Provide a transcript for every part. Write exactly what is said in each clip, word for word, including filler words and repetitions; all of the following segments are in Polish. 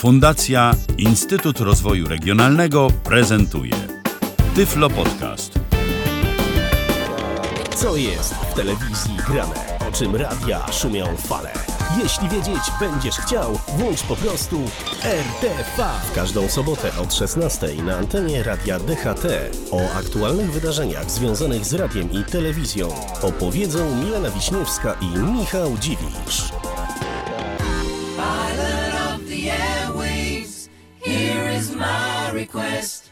Fundacja Instytut Rozwoju Regionalnego prezentuje Tyflo Podcast. Co jest w telewizji grane? O czym radia szumią fale? Jeśli wiedzieć będziesz chciał, włącz po prostu R T V. W każdą sobotę od szesnastej na antenie Radia D H T o aktualnych wydarzeniach związanych z radiem i telewizją opowiedzą Milena Wiśniewska i Michał Dziwisz. Pilot of the airwaves, here is my request.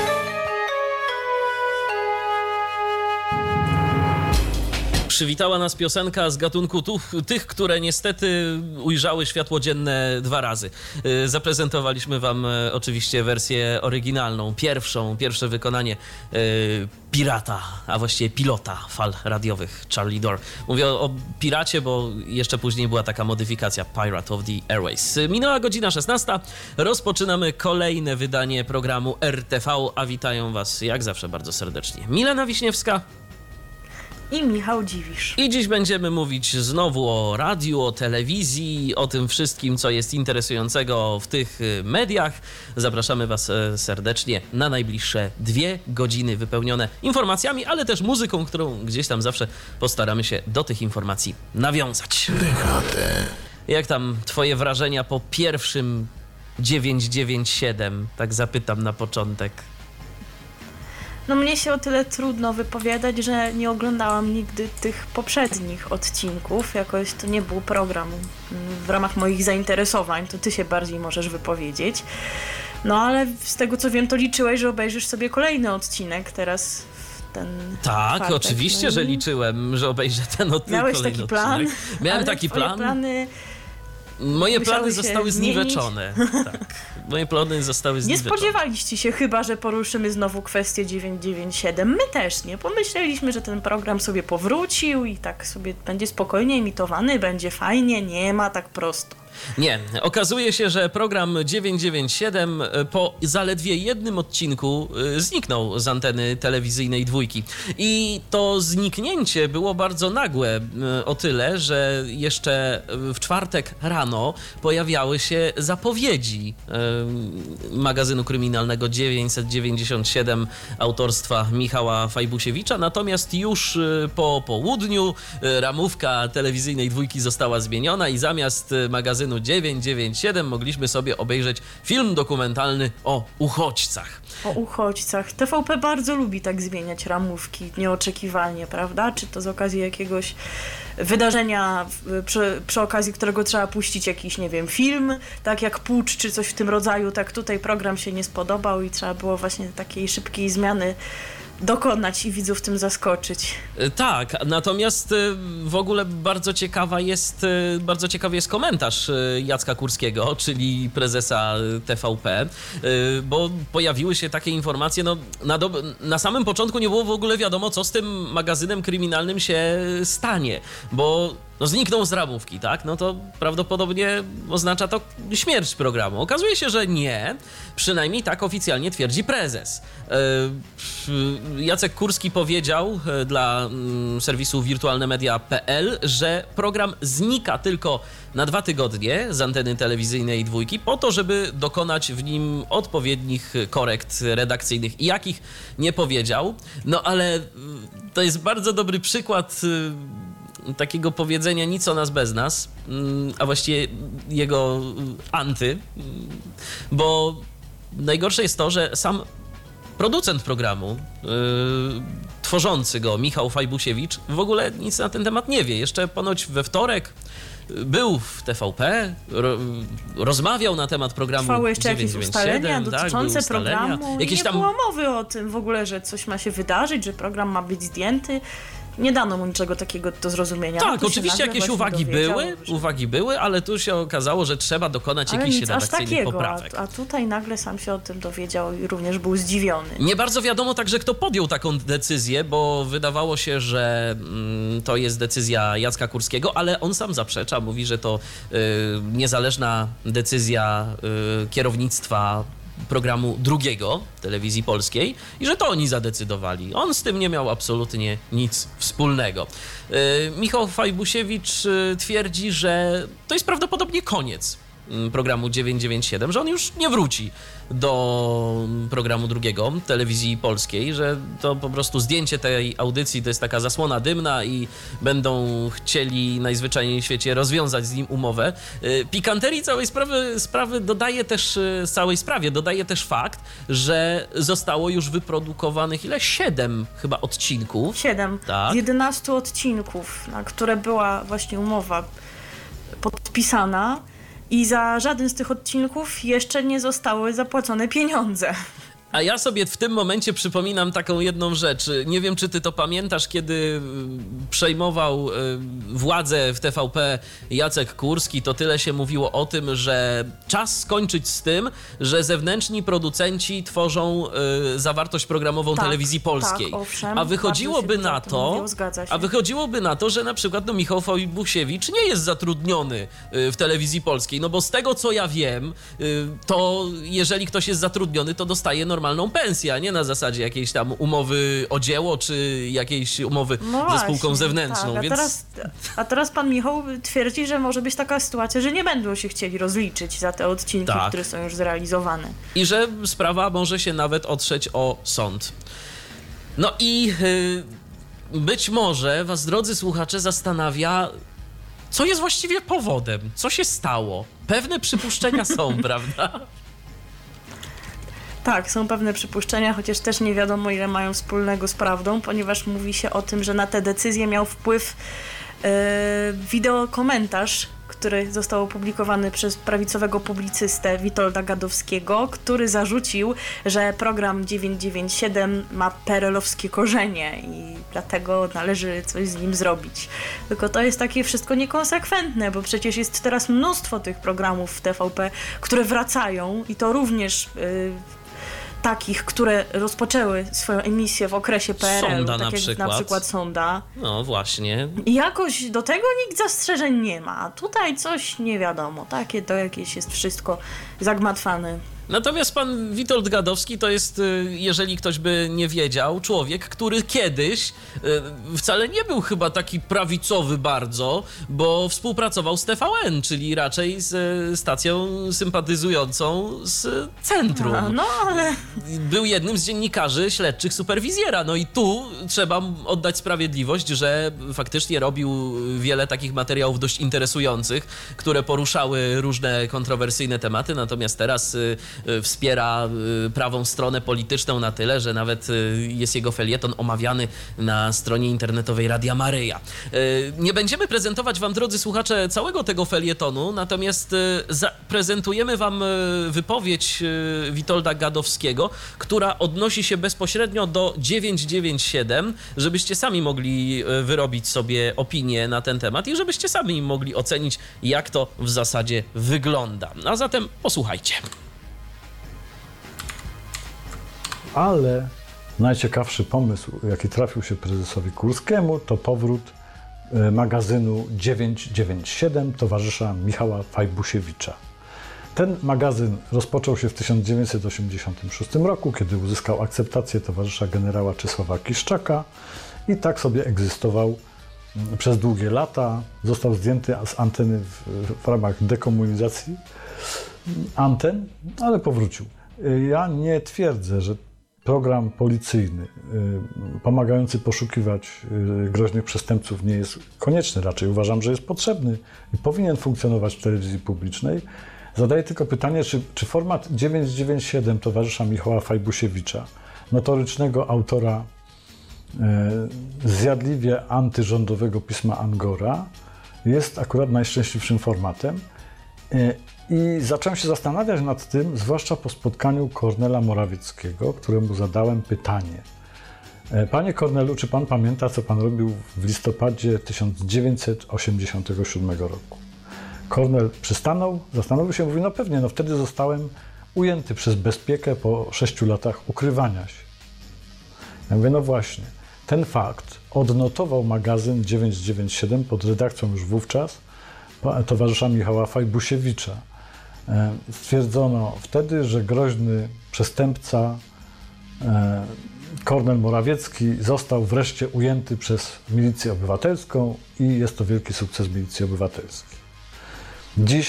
Przywitała nas piosenka z gatunku tuch, tych, które niestety ujrzały światło dzienne dwa razy. Zaprezentowaliśmy wam oczywiście wersję oryginalną, pierwszą, pierwsze wykonanie y, pirata, a właściwie pilota fal radiowych Charlie Dore. Mówię o, o piracie, bo jeszcze później była taka modyfikacja Pirate of the Airways. Minęła godzina szesnasta, rozpoczynamy kolejne wydanie programu R T V, a witają was jak zawsze bardzo serdecznie Milena Wiśniewska i Michał Dziwisz. I dziś będziemy mówić znowu o radiu, o telewizji, o tym wszystkim, co jest interesującego w tych mediach. Zapraszamy was serdecznie na najbliższe dwie godziny wypełnione informacjami, ale też muzyką, którą gdzieś tam zawsze postaramy się do tych informacji nawiązać. D H T. Jak tam twoje wrażenia po pierwszym dziewięć dziewięć siedem? Tak zapytam na początek. No mnie się o tyle trudno wypowiadać, że nie oglądałam nigdy tych poprzednich odcinków. Jakoś to nie był program w ramach moich zainteresowań, to ty się bardziej możesz wypowiedzieć. No ale z tego co wiem, to liczyłeś, że obejrzysz sobie kolejny odcinek teraz w ten Tak, czwartek. oczywiście, no że liczyłem, że obejrzę ten od Miałeś kolejny taki plan? odcinek. Miałem Ale taki twoje plan. plany Moje plany musiały się zostały zmienić. zniweczone. Tak. Moje plany zostały Nie zniweczone. spodziewaliście się chyba, że poruszymy znowu kwestię dziewięć dziewięć siedem. My też nie. Pomyśleliśmy, że ten program sobie powrócił i tak sobie będzie spokojnie emitowany, będzie fajnie. Nie ma tak prosto. Nie, okazuje się, że program dziewięć dziewięć siedem po zaledwie jednym odcinku zniknął z anteny telewizyjnej Dwójki. I to zniknięcie było bardzo nagłe o tyle, że jeszcze w czwartek rano pojawiały się zapowiedzi magazynu kryminalnego dziewięćset dziewięćdziesiąt siedem autorstwa Michała Fajbusiewicza, natomiast już po południu ramówka telewizyjnej Dwójki została zmieniona i zamiast magazynu dziewięć dziewięć siedem mogliśmy sobie obejrzeć film dokumentalny o uchodźcach. O uchodźcach. T V P bardzo lubi tak zmieniać ramówki nieoczekiwanie, prawda? Czy to z okazji jakiegoś wydarzenia, przy, przy okazji którego trzeba puścić jakiś, nie wiem, film, tak jak Pucz czy coś w tym rodzaju, tak tutaj program się nie spodobał i trzeba było właśnie takiej szybkiej zmiany dokonać i widzów tym zaskoczyć. Tak, natomiast w ogóle bardzo ciekawa jest, bardzo ciekawy jest komentarz Jacka Kurskiego, czyli prezesa T V P, bo pojawiły się takie informacje, no na, do, na samym początku nie było w ogóle wiadomo, co z tym magazynem kryminalnym się stanie, bo no zniknął z ramówki, tak? No to prawdopodobnie oznacza to śmierć programu. Okazuje się, że nie. Przynajmniej tak oficjalnie twierdzi prezes. Jacek Kurski powiedział dla serwisu wirtualnemedia kropka p l, że program znika tylko na dwa tygodnie z anteny telewizyjnej Dwójki po to, żeby dokonać w nim odpowiednich korekt redakcyjnych. I jakich nie powiedział. No ale to jest bardzo dobry przykład takiego powiedzenia nic o nas bez nas, a właściwie jego anty, bo najgorsze jest to, że sam producent programu, yy, tworzący go, Michał Fajbusiewicz, w ogóle nic na ten temat nie wie. Jeszcze ponoć we wtorek był w T V P, ro, rozmawiał na temat programu Trwały jeszcze dziewięć jakieś dziewięć siedem, ustalenia tak, dotyczące ustalenia. programu. Jakieś nie tam... było mowy o tym w ogóle, że coś ma się wydarzyć, że program ma być zdjęty. Nie dano mu niczego takiego do zrozumienia. Tak, Tu oczywiście jakieś uwagi były, że... uwagi były, ale tu się okazało, że trzeba dokonać jakichś nic aż redakcyjnych takiego, poprawek. A, a tutaj nagle sam się o tym dowiedział i również był zdziwiony. Nie bardzo wiadomo także, kto podjął taką decyzję, bo wydawało się, że mm, to jest decyzja Jacka Kurskiego, ale on sam zaprzecza, mówi, że to y, niezależna decyzja y, kierownictwa programu drugiego Telewizji Polskiej i że to oni zadecydowali. On z tym nie miał absolutnie nic wspólnego. Michał Fajbusiewicz twierdzi, że to jest prawdopodobnie koniec mm, programu dziewięćset dziewięćdziesiąt siedem, że on już nie wróci do programu drugiego telewizji polskiej, że to po prostu zdjęcie tej audycji to jest taka zasłona dymna i będą chcieli najzwyczajniej w świecie rozwiązać z nim umowę. Y, Pikanterii całej sprawy, sprawy dodaje też, y, całej sprawie dodaje też fakt, że zostało już wyprodukowanych ile? Siedem chyba odcinków. Siedem. Tak. Z jedenastu odcinków, na które była właśnie umowa podpisana i za żaden z tych odcinków jeszcze nie zostały zapłacone pieniądze. A ja sobie w tym momencie przypominam taką jedną rzecz. Nie wiem, czy ty to pamiętasz, kiedy przejmował władzę w T V P Jacek Kurski, to tyle się mówiło o tym, że czas skończyć z tym, że zewnętrzni producenci tworzą zawartość programową Tak, telewizji polskiej. tak, owszem, a wychodziłoby bardzo się na o tym to, mówiło, zgadza się. a wychodziłoby na to, że na przykład no, Michał Fojbusiewicz nie jest zatrudniony w telewizji polskiej, no bo z tego co ja wiem, to jeżeli ktoś jest zatrudniony, to dostaje normalnie normalną pensję, a nie na zasadzie jakiejś tam umowy o dzieło, czy jakiejś umowy No ze spółką właśnie, zewnętrzną. Tak, a, więc... teraz, a teraz pan Michał twierdzi, że może być taka sytuacja, że nie będą się chcieli rozliczyć za te odcinki, Tak. które są już zrealizowane. I że sprawa może się nawet otrzeć o sąd. No i yy, być może was, drodzy słuchacze, zastanawia, co jest właściwie powodem, co się stało. Pewne przypuszczenia są, prawda? Tak, są pewne przypuszczenia, chociaż też nie wiadomo, ile mają wspólnego z prawdą, ponieważ mówi się o tym, że na tę decyzję miał wpływ yy, wideokomentarz, który został opublikowany przez prawicowego publicystę Witolda Gadowskiego, który zarzucił, że program dziewięćset dziewięćdziesiąt siedem ma perelowskie korzenie i dlatego należy coś z nim zrobić. Tylko to jest takie wszystko niekonsekwentne, bo przecież jest teraz mnóstwo tych programów w T V P, które wracają i to również... Yy, takich, które rozpoczęły swoją emisję w okresie P R L-u, Sonda tak na jak przykład. na przykład Sonda. No właśnie. I jakoś do tego nikt zastrzeżeń nie ma, a tutaj coś nie wiadomo. Takie to jakieś jest wszystko zagmatwane. Natomiast pan Witold Gadowski to jest, jeżeli ktoś by nie wiedział, człowiek, który kiedyś wcale nie był chyba taki prawicowy bardzo, bo współpracował z T V N, czyli raczej z stacją sympatyzującą z centrum. A, no ale... Był jednym z dziennikarzy śledczych superwizjera. No i tu trzeba oddać sprawiedliwość, że faktycznie robił wiele takich materiałów dość interesujących, które poruszały różne kontrowersyjne tematy, natomiast teraz wspiera prawą stronę polityczną na tyle, że nawet jest jego felieton omawiany na stronie internetowej Radia Maryja. Nie będziemy prezentować wam, drodzy słuchacze, całego tego felietonu, natomiast zaprezentujemy wam wypowiedź Witolda Gadowskiego, która odnosi się bezpośrednio do dziewięćset dziewięćdziesiąt siedem, żebyście sami mogli wyrobić sobie opinię na ten temat i żebyście sami mogli ocenić, jak to w zasadzie wygląda. A zatem posłuchajcie. Ale najciekawszy pomysł, jaki trafił się prezesowi Kurskiemu, to powrót magazynu dziewięćset dziewięćdziesiąt siedem towarzysza Michała Fajbusiewicza. Ten magazyn rozpoczął się w tysiąc dziewięćset osiemdziesiątym szóstym roku, kiedy uzyskał akceptację towarzysza generała Czesława Kiszczaka i tak sobie egzystował przez długie lata. Został zdjęty z anteny w, w ramach dekomunizacji anten, ale powrócił. Ja nie twierdzę, że program policyjny y, pomagający poszukiwać y, groźnych przestępców nie jest konieczny. Raczej uważam, że jest potrzebny i powinien funkcjonować w telewizji publicznej. Zadaję tylko pytanie, czy, czy format dziewięćset dziewięćdziesiąt siedem towarzysza Michała Fajbusiewicza, notorycznego autora y, zjadliwie antyrządowego pisma Angora, jest akurat najszczęśliwszym formatem. Y, I zacząłem się zastanawiać nad tym, zwłaszcza po spotkaniu Kornela Morawieckiego, któremu zadałem pytanie. Panie Kornelu, czy pan pamięta, co pan robił w listopadzie tysiąc dziewięćset osiemdziesiątego siódmego roku? Kornel przystanął, zastanowił się i mówi, no pewnie, no wtedy zostałem ujęty przez bezpiekę po sześciu latach ukrywania się. Ja mówię, no właśnie, ten fakt odnotował magazyn dziewięćset dziewięćdziesiąt siedem pod redakcją już wówczas towarzysza Michała Fajbusiewicza. Stwierdzono wtedy, że groźny przestępca Kornel Morawiecki został wreszcie ujęty przez Milicję Obywatelską i jest to wielki sukces Milicji Obywatelskiej. Dziś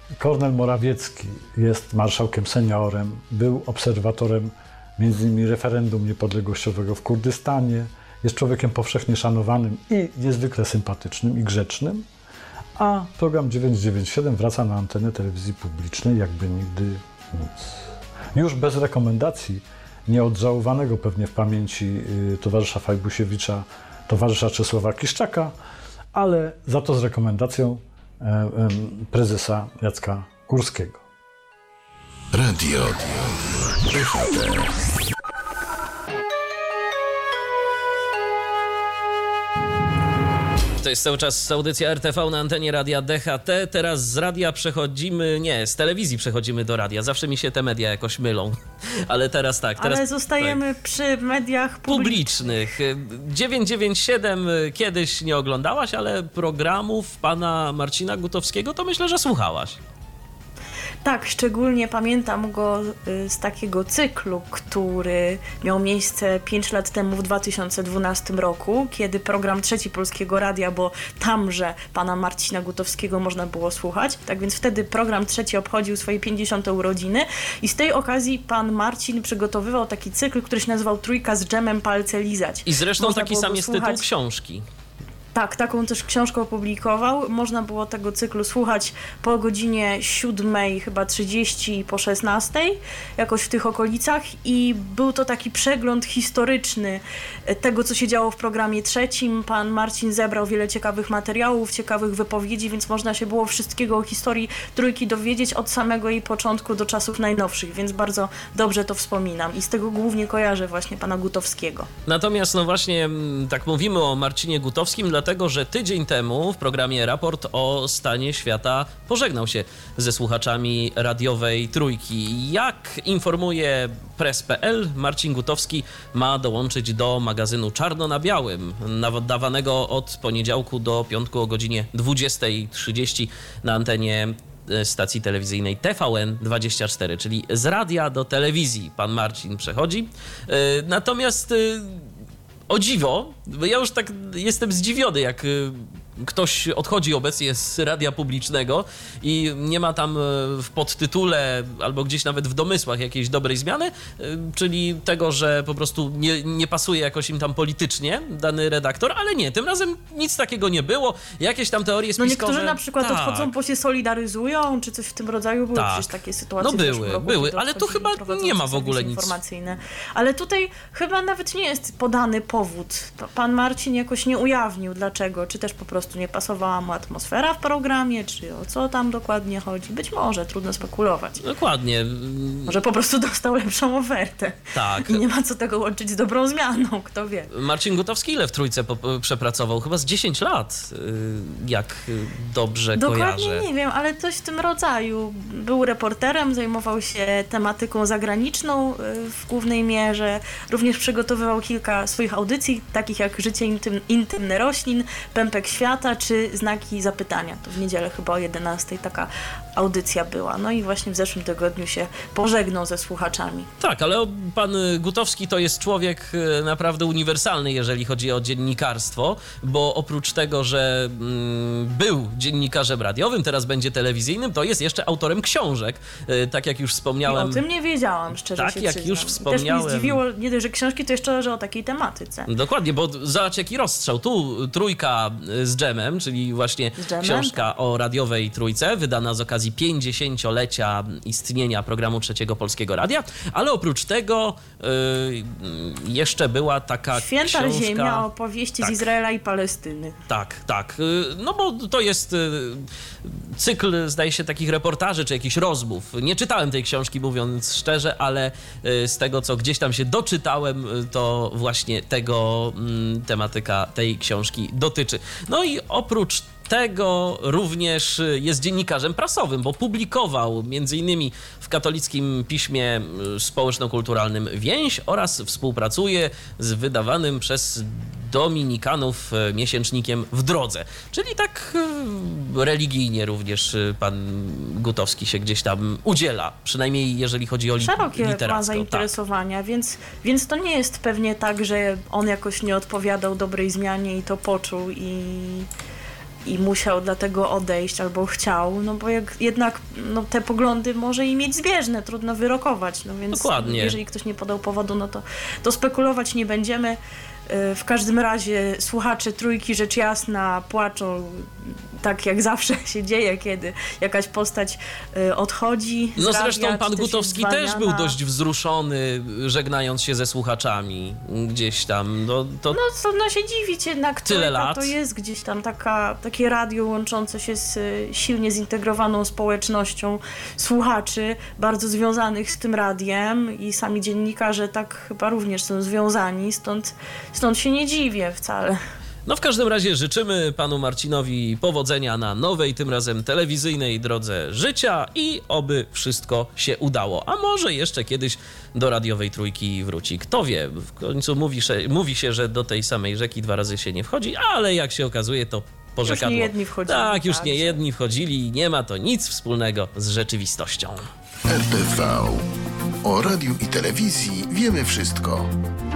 Kornel Morawiecki jest marszałkiem seniorem, był obserwatorem między innymi referendum niepodległościowego w Kurdystanie, jest człowiekiem powszechnie szanowanym i niezwykle sympatycznym i grzecznym, a program dziewięćset dziewięćdziesiąt siedem wraca na antenę telewizji publicznej jakby nigdy nic. Już bez rekomendacji nieodżałowanego pewnie w pamięci y, towarzysza Fajbusiewicza, towarzysza Czesława Kiszczaka, ale za to z rekomendacją e, e, prezesa Jacka Kurskiego. Radio D H T. To jest cały czas audycja R T V na antenie radia D H T. Teraz z radia przechodzimy, nie, z telewizji przechodzimy do radia. Zawsze mi się te media jakoś mylą. Ale teraz tak. Teraz, Ale zostajemy tak. przy mediach publicznych. publicznych. dziewięćset dziewięćdziesiąt siedem kiedyś nie oglądałaś, ale programów pana Marcina Gutowskiego to myślę, że słuchałaś. Tak, szczególnie pamiętam go y, z takiego cyklu, który miał miejsce pięć lat temu w dwa tysiące dwunastym roku, kiedy program Trzeci Polskiego Radia, bo tamże pana Marcina Gutowskiego można było słuchać. Tak więc wtedy program Trzeci obchodził swoje pięćdziesiąte urodziny i z tej okazji pan Marcin przygotowywał taki cykl, który się nazywał Trójka z dżemem, palce lizać. I zresztą Można taki było sam go jest słuchać... tytuł książki. Tak, taką też książkę opublikował. Można było tego cyklu słuchać po godzinie siódmej, chyba trzydzieści, po szesnastej, jakoś w tych okolicach i był to taki przegląd historyczny tego, co się działo w programie trzecim. Pan Marcin zebrał wiele ciekawych materiałów, ciekawych wypowiedzi, więc można się było wszystkiego o historii Trójki dowiedzieć od samego jej początku do czasów najnowszych, więc bardzo dobrze to wspominam i z tego głównie kojarzę właśnie pana Gutowskiego. Natomiast no właśnie tak mówimy o Marcinie Gutowskim, dlatego że tydzień temu w programie Raport o stanie świata pożegnał się ze słuchaczami radiowej Trójki. Jak informuje press kropka p l, Marcin Gutowski ma dołączyć do magazynu Czarno na Białym, nadawanego od poniedziałku do piątku o godzinie dwudziestej trzydzieści na antenie stacji telewizyjnej T V N dwadzieścia cztery, czyli z radia do telewizji pan Marcin przechodzi. Natomiast o dziwo, bo ja już tak jestem zdziwiony, jak ktoś odchodzi obecnie z radia publicznego i nie ma tam w podtytule albo gdzieś nawet w domysłach jakiejś dobrej zmiany, czyli tego, że po prostu nie, nie pasuje jakoś im tam politycznie dany redaktor, ale nie, tym razem nic takiego nie było. Jakieś tam teorie spiskowe... No niektórzy na przykład tak. odchodzą, bo się solidaryzują, czy coś w tym rodzaju. Były tak. przecież takie sytuacje. No były, roku, były, ale tu chyba nie ma w ogóle nic. Informacyjne. Ale tutaj chyba nawet nie jest podany powód. Pan Marcin jakoś nie ujawnił dlaczego, czy też po prostu nie pasowała mu atmosfera w programie, czy o co tam dokładnie chodzi. Być może, trudno spekulować. Dokładnie. Może po prostu dostał lepszą ofertę. Tak. I nie ma co tego łączyć z dobrą zmianą, kto wie. Marcin Gutowski ile w Trójce po- przepracował? Chyba z dziesięć lat, jak dobrze Dokładnie kojarzę. nie wiem, ale coś w tym rodzaju. Był reporterem, zajmował się tematyką zagraniczną w głównej mierze. Również przygotowywał kilka swoich audycji, takich jak Życie intym, intymne roślin, Pępek świata czy Znaki zapytania. To w niedzielę chyba o jedenastej taka audycja była. No i właśnie w zeszłym tygodniu się pożegnał ze słuchaczami. Tak, ale pan Gutowski to jest człowiek naprawdę uniwersalny, jeżeli chodzi o dziennikarstwo, bo oprócz tego, że mm, był dziennikarzem radiowym, teraz będzie telewizyjnym, to jest jeszcze autorem książek. Tak jak już wspomniałem... I o tym nie wiedziałam, szczerze tak, się jak przyznam. już wspomniałem... Też mnie zdziwiło, nie dość, że książki, to jeszcze, że o takiej tematyce. Dokładnie, bo zobacz jaki rozstrzał. Tu Trójka z dżemem, czyli właśnie dżemem? książka o radiowej Trójce, wydana z okazji pięćdziesięciolecia istnienia programu Trzeciego Polskiego Radia, ale oprócz tego y, jeszcze była taka Święta książka... Ziemia, opowieści tak. z Izraela i Palestyny. Tak, tak. Y, no bo to jest y, cykl, zdaje się, takich reportaży czy jakichś rozmów. Nie czytałem tej książki, mówiąc szczerze, ale y, z tego, co gdzieś tam się doczytałem, y, to właśnie tego y, tematyka tej książki dotyczy. No i oprócz tego również jest dziennikarzem prasowym, bo publikował między innymi w katolickim piśmie społeczno-kulturalnym Więź oraz współpracuje z wydawanym przez dominikanów miesięcznikiem W Drodze. Czyli tak religijnie również pan Gutowski się gdzieś tam udziela, przynajmniej jeżeli chodzi o li- Szerokie literacko. ma zainteresowania, tak. więc, więc to nie jest pewnie tak, że on jakoś nie odpowiadał dobrej zmianie i to poczuł i... i musiał dlatego odejść albo chciał, no bo jak jednak no, te poglądy może i mieć zbieżne, trudno wyrokować, no więc Dokładnie. jeżeli ktoś nie podał powodu, no to, to spekulować nie będziemy. W każdym razie słuchacze Trójki rzecz jasna płaczą tak jak zawsze się dzieje, kiedy jakaś postać odchodzi. No z zresztą radia, pan czy też Gutowski jest też był zwalniana. dość wzruszony, żegnając się ze słuchaczami gdzieś tam. No, to... No trudno się dziwić, jednak Tyle Trójka lat. to jest gdzieś tam taka, takie radio łączące się z y, silnie zintegrowaną społecznością słuchaczy, bardzo związanych z tym radiem i sami dziennikarze tak chyba również są związani, stąd, stąd się nie dziwię wcale. No w każdym razie życzymy panu Marcinowi powodzenia na nowej, tym razem telewizyjnej drodze życia i oby wszystko się udało. A może jeszcze kiedyś do radiowej Trójki wróci. Kto wie, w końcu mówi się, mówi się, że do tej samej rzeki dwa razy się nie wchodzi, ale jak się okazuje, to porzekadło. Już nie jedni wchodzili. Tak, już tak, nie że- jedni wchodzili i nie ma to nic wspólnego z rzeczywistością. R T V. O radiu i telewizji wiemy wszystko.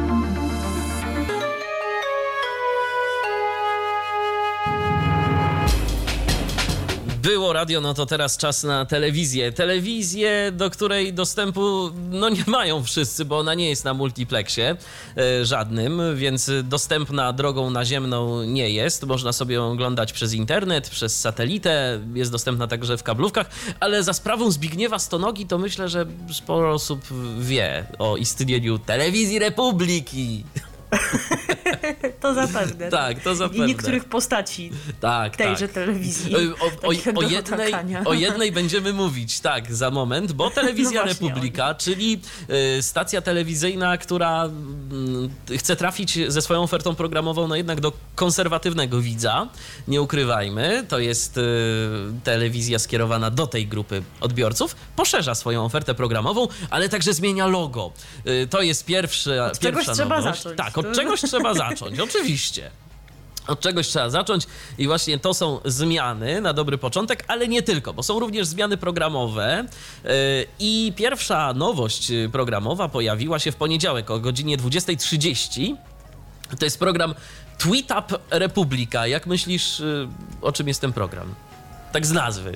Było radio, no to teraz czas na telewizję. Telewizję, do której dostępu no nie mają wszyscy, bo ona nie jest na multiplexie e, żadnym, więc dostępna drogą naziemną nie jest. Można sobie ją oglądać przez internet, przez satelitę, jest dostępna także w kablówkach, ale za sprawą Zbigniewa Stonogi to myślę, że sporo osób wie o istnieniu Telewizji Republiki. To zapewne. Tak, to zapewne. I niektórych postaci Tak, tejże tak. telewizji. O, o, takich jak o, Dorota jednej, Kania. o jednej będziemy mówić, tak, za moment, bo Telewizja No właśnie, Republika, czyli y, stacja telewizyjna, która y, chce trafić ze swoją ofertą programową no jednak do konserwatywnego widza, nie ukrywajmy, to jest y, telewizja skierowana do tej grupy odbiorców, poszerza swoją ofertę programową, ale także zmienia logo. Y, to jest pierwsza, Od czegoś pierwsza trzeba nowość. zacząć. Tak, od czegoś trzeba zacząć, oczywiście. Od czegoś trzeba zacząć i właśnie to są zmiany na dobry początek, ale nie tylko, bo są również zmiany programowe yy, i pierwsza nowość programowa pojawiła się w poniedziałek o godzinie dwudziestej trzydzieści. To jest program Tweet Up Republika. Jak myślisz, yy, o czym jest ten program? Tak z nazwy.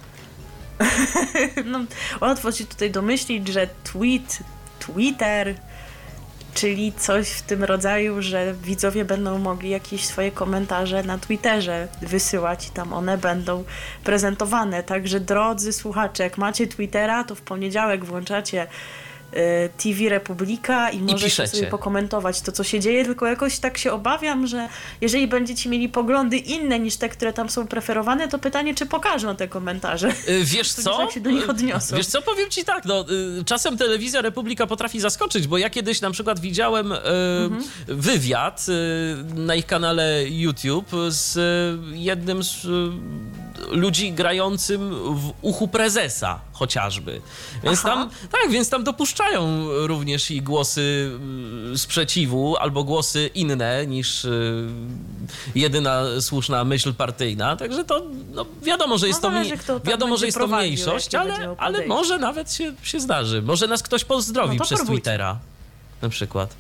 No, łatwo się tutaj domyślić, że tweet, Twitter, czyli coś w tym rodzaju, że widzowie będą mogli jakieś swoje komentarze na Twitterze wysyłać i tam one będą prezentowane. Także drodzy słuchacze, jak macie Twittera, to w poniedziałek włączacie y, T V Republika i możecie piszecie. sobie pokomentować to, co się dzieje, tylko jakoś tak się obawiam, że jeżeli będziecie mieli poglądy inne niż te, które tam są preferowane, to pytanie, czy pokażą te komentarze. Yy, Wiesz To co? jak się do nich odniosą. Wiesz co, powiem ci tak, no, y, czasem Telewizja Republika potrafi zaskoczyć, bo ja kiedyś na przykład widziałem y, Mhm. wywiad y, na ich kanale YouTube z y, jednym z y, ludzi grającym w uchu prezesa chociażby. Więc Aha. tam, tak, więc tam dopuszczają również i głosy y, sprzeciwu albo głosy inne niż y, jedyna słuszna myśl partyjna. Także to no, wiadomo, że jest No to, zależy, mi- kto tam wiadomo, że będzie jest to prowadził, mniejszość, jakie będzie ale, miał ale podejście. może nawet się, się zdarzy. Może nas ktoś pozdrowi No to przez próbujcie. Twittera na przykład.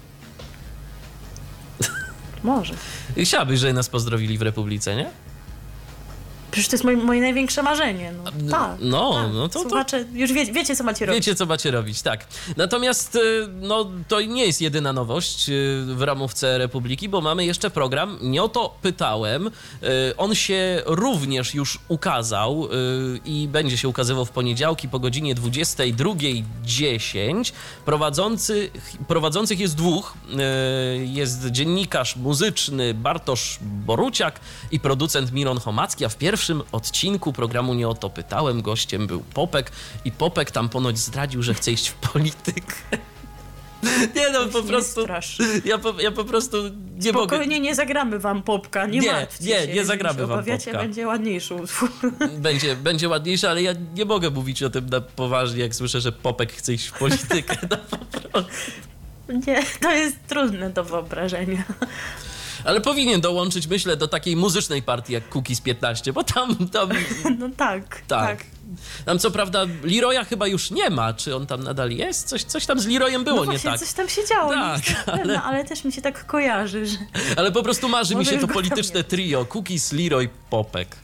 Może. Chciałabyś, żeby nas pozdrowili w Republice, nie? Przecież to jest moje, moje największe marzenie. No, tak, no, tak. no to- to- Słuchacze, już wie, wiecie, co macie robić. Wiecie, co macie robić, tak. Natomiast y, no, to nie jest jedyna nowość y, w ramówce Republiki, bo mamy jeszcze program Nie o to pytałem. Y, On się również już ukazał y, i będzie się ukazywał w poniedziałki po godzinie dwudziestej drugiej dziesięć. Prowadzący, prowadzących jest dwóch. Y, Jest dziennikarz muzyczny Bartosz Boruciak i producent Miron Chomacki, a w pierwszym odcinku programu Nie o to pytałem gościem był Popek i Popek tam ponoć zdradził, że chce iść w politykę. Nie no, po Nie prostu, strasz. ja po, ja po prostu nie mogę. Spokojnie, nie zagramy wam popka, nie, Nie, martwcie nie, się. nie Jeżeli zagramy się wam obawiacie, popka. będzie ładniejszy utwór. Będzie, będzie ładniejsze, ale ja nie mogę mówić o tym na poważnie, jak słyszę, że Popek chce iść w politykę. No po prostu. Nie, to jest trudne do wyobrażenia. Ale powinien dołączyć, myślę, do takiej muzycznej partii jak Kukiz piętnaście, bo tam, tam No tak, Tak. tak. Tam co prawda Leroya chyba już nie ma, czy on tam nadal jest? Coś, coś tam z Leroyem było no nie właśnie, tak. coś tam się działo, Tak, nie jestem ale- pewna, ale też mi się tak kojarzy, że... Ale po prostu marzy mi Może się już to go tam polityczne nie. trio. Cookies, Leroy, Popek.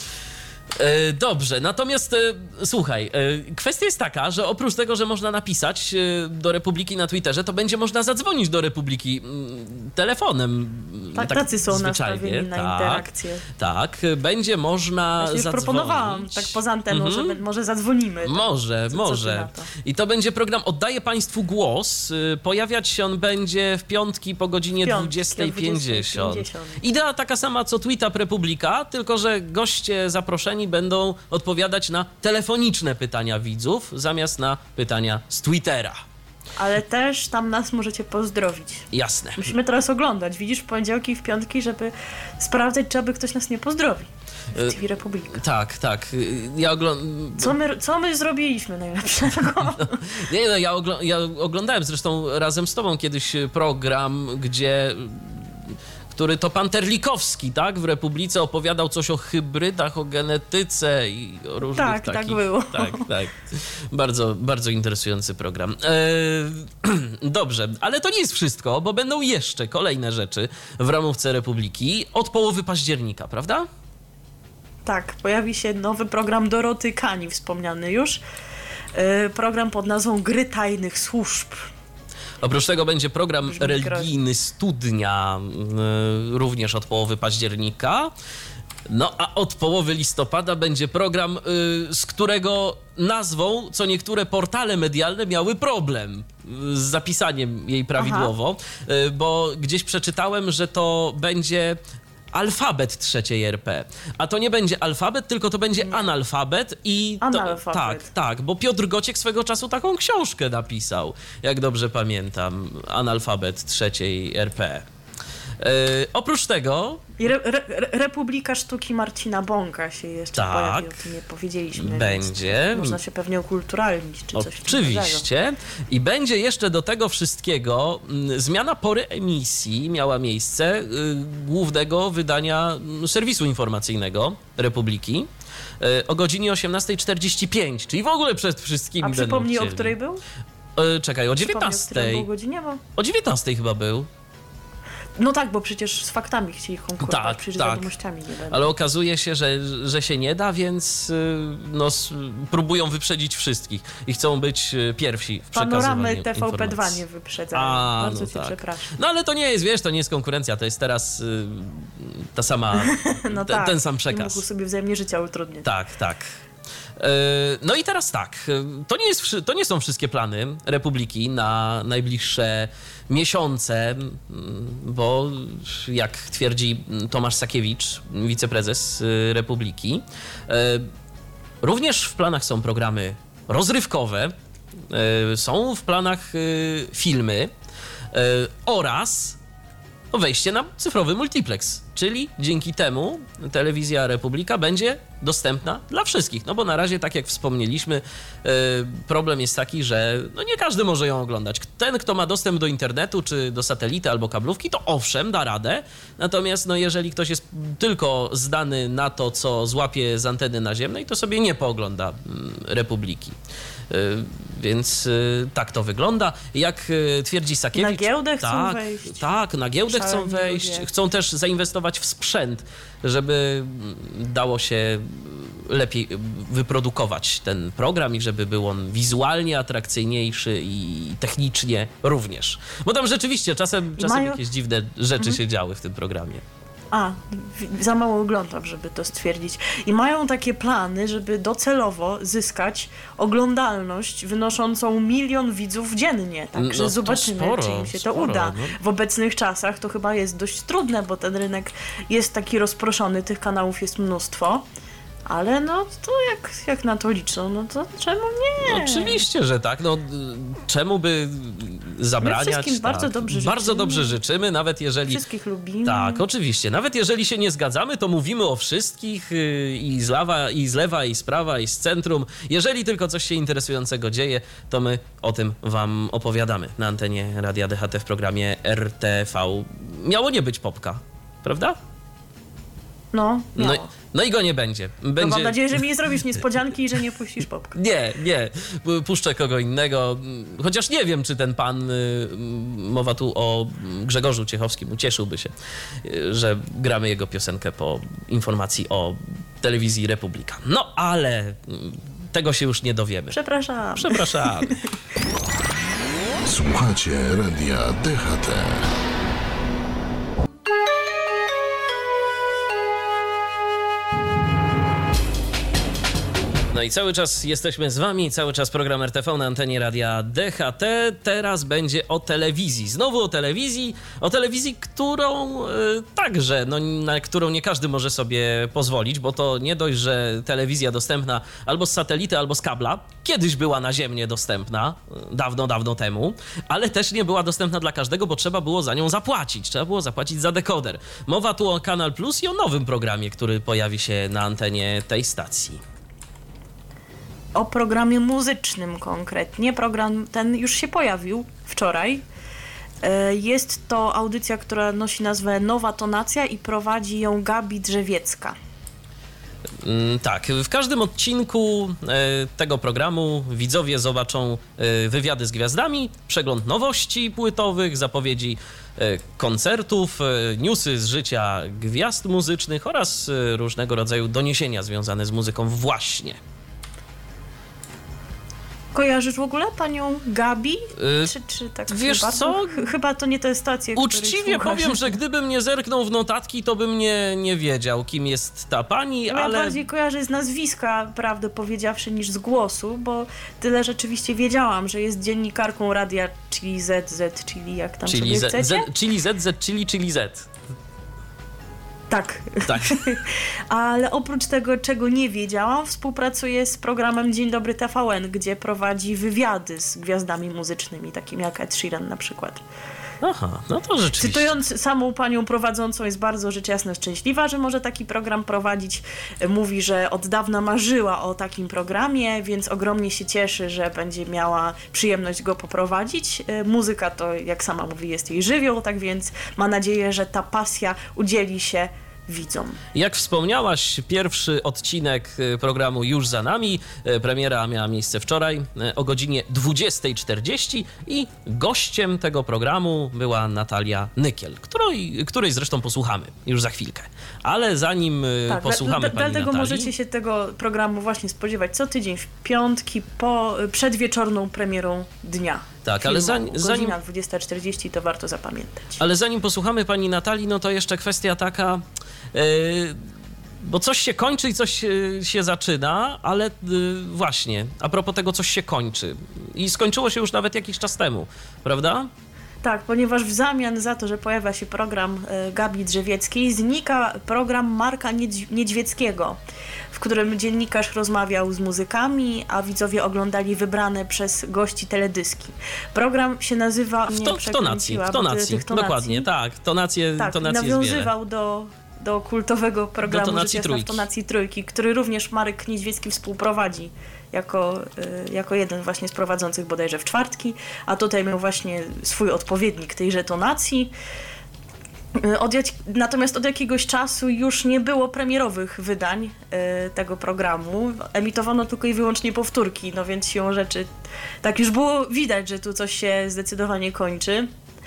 E, Dobrze, natomiast e, słuchaj, e, kwestia jest taka, że oprócz tego, że można napisać e, do Republiki na Twitterze, to będzie można zadzwonić do Republiki mm, telefonem. Tak, tacy są zwyczajnie, nastawieni na tak, interakcję. Tak, będzie można Właśnie już zadzwonić. proponowałam tak poza anteną, Mhm. że może zadzwonimy. Tak? Może, Co- co ty może. na to? I to będzie program Oddaję Państwu głos. Y, Pojawiać się on będzie w piątki po godzinie Piątki o dwudziestej dwudziestej pięćdziesiąt. pięćdziesiąt. Idea taka sama co Tweet Up Republika, tylko że goście zaproszeni będą odpowiadać na telefoniczne pytania widzów zamiast na pytania z Twittera. Ale też tam nas możecie pozdrowić. Jasne. Musimy teraz oglądać, widzisz, w poniedziałki i w piątki, żeby sprawdzać, czy aby ktoś nas nie pozdrowi. W T V Republika. Tak, tak. Y, Ja oglądam. Co my, co my zrobiliśmy najlepszego? Nie, no, ja, ogl- ja oglądałem zresztą razem z tobą kiedyś program, gdzie który to pan Terlikowski, tak, w Republice opowiadał coś o hybrydach, o genetyce i o różnych Tak, tak takich... było. Tak, tak. Bardzo, bardzo interesujący program. E, dobrze, ale to nie jest wszystko, bo będą jeszcze kolejne rzeczy w ramówce Republiki od połowy października, prawda? Tak, pojawi się nowy program Doroty Kani, wspomniany już. Yy, program pod nazwą Gry Tajnych Służb. Oprócz tego będzie program Brzmi religijny Studnia, y, również od połowy października. No a od połowy listopada będzie program, y, z którego nazwą co niektóre portale medialne miały problem y, z zapisaniem jej prawidłowo, y, bo gdzieś przeczytałem, że to będzie alfabet trzeciej R P. A to nie będzie alfabet, tylko to będzie analfabet i... To, Analfabet. tak, tak, bo Piotr Gociek swego czasu taką książkę napisał, jak dobrze pamiętam, analfabet trzeciej R P. Yy, oprócz tego... I re, re, Republika Sztuki Marcina Bąka się jeszcze Tak. pojawi, o tym nie powiedzieliśmy. Będzie. Więc można się pewnie ukulturalnić, czy coś w tym rodzaju. Oczywiście. I będzie jeszcze do tego wszystkiego mm, zmiana pory emisji miała miejsce y, głównego wydania mm, serwisu informacyjnego Republiki y, o godzinie osiemnastej czterdzieści pięć, czyli w ogóle przed wszystkimi A będą przypomnij, o chcieli. której był? Y, czekaj, o Przypomnij, o której dziewiętnastej. był godzinie, bo... O dziewiętnastej chyba był. No tak, bo przecież z faktami chcieli konkurować, Tak, przecież tak. z wiadomościami nie będą. Ale okazuje się, że, że się nie da, więc y, no, s- próbują wyprzedzić wszystkich i chcą być y, pierwsi w przekazywaniu Panoramy T V P dwa informacji. nie wyprzedzają. A, Bardzo no cię tak. przepraszam. No ale to nie jest, wiesz, to nie jest konkurencja, to jest teraz y, ta sama, No ten, tak, ten sam nie przekaz. mógł sobie wzajemnie życia utrudniać. Tak, tak. E, No i teraz tak, e, to nie, jest, wszy- to nie są wszystkie plany Republiki na najbliższe miesiące, m, bo jak twierdzi Tomasz Sakiewicz, wiceprezes y, Republiki, e, również w planach są programy rozrywkowe, e, są w planach y, filmy e, oraz wejście na cyfrowy multiplex, czyli dzięki temu telewizja Republika będzie dostępna dla wszystkich. No bo na razie, tak jak wspomnieliśmy, yy, problem jest taki, że no nie każdy może ją oglądać. Ten, kto ma dostęp do internetu, czy do satelity albo kablówki, to owszem, da radę. Natomiast no jeżeli ktoś jest tylko zdany na to, co złapie z anteny naziemnej, to sobie nie poogląda mm, Republiki. Yy, Więc yy, tak to wygląda. Jak yy, twierdzi Sakiewicz... Na giełdę chcą tak, wejść. Tak, na giełdę chcą Szaleni wejść. ludzie. Chcą też zainwestować w sprzęt, żeby dało się lepiej wyprodukować ten program i żeby był on wizualnie atrakcyjniejszy i technicznie również. Bo tam rzeczywiście czasem, czasem mają- jakieś dziwne rzeczy się działy w tym programie. A, w- za mało oglądam, żeby to stwierdzić. I mają takie plany, żeby docelowo zyskać oglądalność wynoszącą milion widzów dziennie. Także No to zobaczymy, sporo, czy im się sporo, to uda. no. W obecnych czasach to chyba jest dość trudne, bo ten rynek jest taki rozproszony, tych kanałów jest mnóstwo. Ale no, to jak, jak na to liczą, no to czemu nie? No, oczywiście, że tak. No, y, czemu by zabraniać? My wszystkim bardzo tak. dobrze Bardzo życzymy. dobrze życzymy, nawet jeżeli... Wszystkich lubimy. Tak, oczywiście. Nawet jeżeli się nie zgadzamy, to mówimy o wszystkich yy, i z lewa, i z lewa, i z prawa, i z centrum. Jeżeli tylko coś się interesującego dzieje, to my o tym wam opowiadamy na antenie Radia D H T w programie R T V. Miało nie być popka, prawda? No, No, miało. i- no i go nie będzie. To Będzie... mam nadzieję, że mi nie zrobisz niespodzianki i że nie puścisz popcorn. Nie, nie. Puszczę kogo innego. Chociaż nie wiem, czy ten pan, y, mowa tu o Grzegorzu Ciechowskim, ucieszyłby się, y, że gramy jego piosenkę po informacji o telewizji Republika. No, ale y, tego się już nie dowiemy. Przepraszam. Przepraszam. Słuchacie radia D H T. No i cały czas jesteśmy z wami, cały czas program R T V na antenie radia D H T. Teraz będzie o telewizji. Znowu o telewizji, o telewizji, którą y, także, no, na którą nie każdy może sobie pozwolić, bo to nie dość, że telewizja dostępna albo z satelity, albo z kabla, kiedyś była naziemnie dostępna, y, dawno, dawno temu, ale też nie była dostępna dla każdego, bo trzeba było za nią zapłacić. Trzeba było zapłacić za dekoder. Mowa tu o Kanal Plus i o nowym programie, który pojawi się na antenie tej stacji. O programie muzycznym konkretnie. Program ten już się pojawił wczoraj. E, Jest to audycja, która nosi nazwę Nowa Tonacja i prowadzi ją Gabi Drzewiecka. Mm, Tak, w każdym odcinku e, tego programu widzowie zobaczą e, wywiady z gwiazdami, przegląd nowości płytowych, zapowiedzi e, koncertów, e, newsy z życia gwiazd muzycznych oraz e, różnego rodzaju doniesienia związane z muzyką właśnie. Kojarzysz w ogóle panią Gabi? Y, Czy, czy tak wiesz chyba? co? Ch- Chyba to nie te stacje, których Uczciwie słuchasz. powiem, że gdybym nie zerknął w notatki, to bym nie, nie wiedział, kim jest ta pani, Ja ale... bardziej kojarzę z nazwiska, prawdę powiedziawszy, niż z głosu, bo tyle rzeczywiście wiedziałam, że jest dziennikarką radia Chili Z Z, czyli jak tam Chili sobie Z, chcecie. Z, Chili Z Z, Chili, Chili Z. Tak. Tak. Ale oprócz tego, czego nie wiedziałam, współpracuje z programem Dzień Dobry T V N, gdzie prowadzi wywiady z gwiazdami muzycznymi, takimi jak Ed Sheeran na przykład. Aha, no to rzeczywiście. Cytując samą panią prowadzącą, jest bardzo rzecz jasna szczęśliwa, że może taki program prowadzić. Mówi, że od dawna marzyła o takim programie, więc ogromnie się cieszy, że będzie miała przyjemność go poprowadzić. Muzyka to, jak sama mówi, jest jej żywioł, tak więc ma nadzieję, że ta pasja udzieli się widzom. Jak wspomniałaś, pierwszy odcinek y, programu już za nami. Y, Premiera miała miejsce wczoraj y, o godzinie dwudziestej czterdzieści i gościem tego programu była Natalia Nykiel, której, której zresztą posłuchamy już za chwilkę. Ale zanim y, Tak, posłuchamy d- pani dlatego Natalii... możecie się tego programu właśnie spodziewać co tydzień w piątki po, przed wieczorną premierą dnia. Tak, ale filmu. zanim- zanim- Godzina dwudziesta czterdzieści to warto zapamiętać. Ale zanim posłuchamy pani Natalii, no to jeszcze kwestia taka, yy, bo coś się kończy i coś yy, się zaczyna, ale yy, właśnie, a propos tego, coś się kończy. I skończyło się już nawet jakiś czas temu, prawda? Tak, ponieważ w zamian za to, że pojawia się program e, Gabi Drzewieckiej, znika program Marka Niedź- Niedźwieckiego, w którym dziennikarz rozmawiał z muzykami, a widzowie oglądali wybrane przez gości teledyski. Program się nazywa... W, mnie to, w tonacji, przekręciła, w bo tyle tonacji, tych tonacji. dokładnie, tak, tonacje, Tak, tonacje jest wiele. nawiązywał do, do kultowego programu Do tonacji Rzecz Jasna Trójki. w Tonacji Trójki, który również Marek Niedźwiecki współprowadzi jako, y, jako jeden właśnie z prowadzących bodajże w czwartki, a tutaj miał właśnie swój odpowiednik tejże tonacji. Y, Od jak, natomiast od jakiegoś czasu już nie było premierowych wydań y, tego programu. Emitowano tylko i wyłącznie powtórki, no więc siłą rzeczy tak już było widać, że tu coś się zdecydowanie kończy.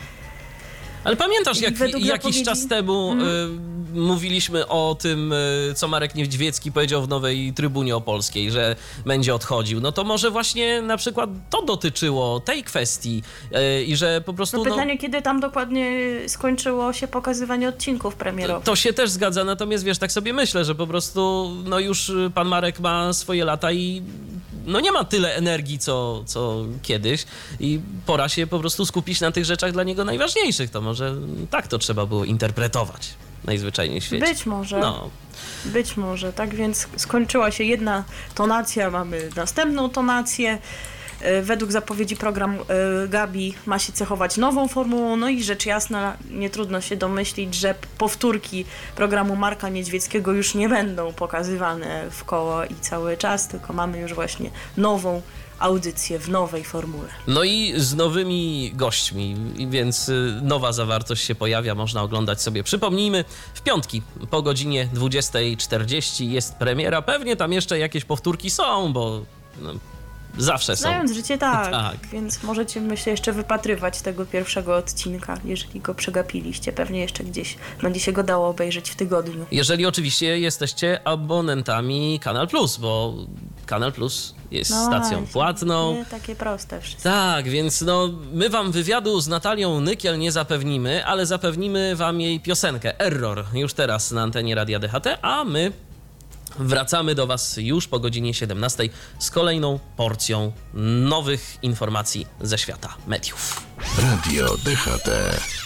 Ale pamiętasz, I jak według jakiś zapowiedzi- czas temu y, mówiliśmy o tym, y, co Marek Niedźwiecki powiedział w Nowej Trybunie Opolskiej, że będzie odchodził. No to może właśnie na przykład to dotyczyło tej kwestii y, i że po prostu... No no, pytanie, kiedy tam dokładnie skończyło się pokazywanie odcinków premierowych. To się też zgadza, natomiast wiesz, tak sobie myślę, że po prostu no już pan Marek ma swoje lata i no nie ma tyle energii, co, co kiedyś i pora się po prostu skupić na tych rzeczach dla niego najważniejszych. To może tak to trzeba było interpretować najzwyczajniej w świecie. Być może, No. być może. Tak więc skończyła się jedna tonacja, mamy następną tonację. Według zapowiedzi program Gabi ma się cechować nową formułą, no i rzecz jasna, nie trudno się domyślić, że powtórki programu Marka Niedźwieckiego już nie będą pokazywane w koło i cały czas, tylko mamy już właśnie nową audycję w nowej formule. No i z nowymi gośćmi, więc nowa zawartość się pojawia, można oglądać sobie. Przypomnijmy, w piątki po godzinie dwudziestej czterdzieści jest premiera. Pewnie tam jeszcze jakieś powtórki są, bo no, zawsze są. Znając życie, tak. Tak. Więc możecie, myślę, jeszcze wypatrywać tego pierwszego odcinka, jeżeli go przegapiliście. Pewnie jeszcze gdzieś będzie się go dało obejrzeć w tygodniu. Jeżeli oczywiście jesteście abonentami Kanal Plus, bo Kanal Plus jest No stacją właśnie, płatną. Nie takie proste wszystko. Tak, więc no, my wam wywiadu z Natalią Nykiel nie zapewnimy, ale zapewnimy wam jej piosenkę Error już teraz na antenie Radia D H T, a my wracamy do was już po godzinie siedemnastej z kolejną porcją nowych informacji ze świata mediów. Radio D H T.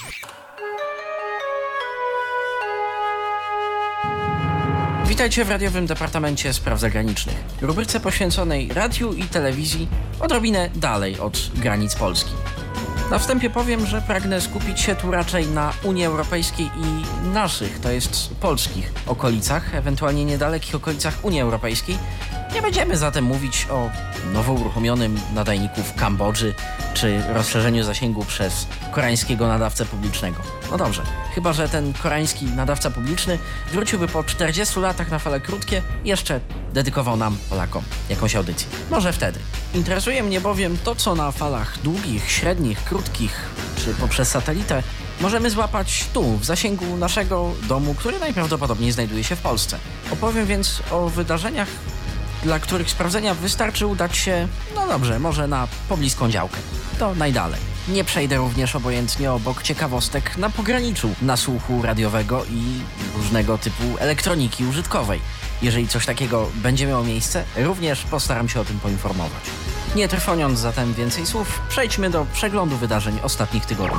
Witajcie w radiowym Departamencie Spraw Zagranicznych, rubryce poświęconej radiu i telewizji odrobinę dalej od granic Polski. Na wstępie powiem, że pragnę skupić się tu raczej na Unii Europejskiej i naszych, to jest polskich okolicach, ewentualnie niedalekich okolicach Unii Europejskiej. Nie będziemy zatem mówić o nowo uruchomionym nadajniku w Kambodży, czy rozszerzeniu zasięgu przez koreańskiego nadawcę publicznego. No dobrze, chyba że ten koreański nadawca publiczny wróciłby po czterdziestu latach na fale krótkie i jeszcze dedykował nam, Polakom, jakąś audycję. Może wtedy. Interesuje mnie bowiem to, co na falach długich, średnich, krótkich, czy poprzez satelitę możemy złapać tu, w zasięgu naszego domu, który najprawdopodobniej znajduje się w Polsce. Opowiem więc o wydarzeniach, dla których sprawdzenia wystarczy udać się, no dobrze, może na pobliską działkę. To najdalej. Nie przejdę również obojętnie obok ciekawostek na pograniczu nasłuchu radiowego i różnego typu elektroniki użytkowej. Jeżeli coś takiego będzie miało miejsce, również postaram się o tym poinformować. Nie trwoniąc zatem więcej słów, przejdźmy do przeglądu wydarzeń ostatnich tygodni.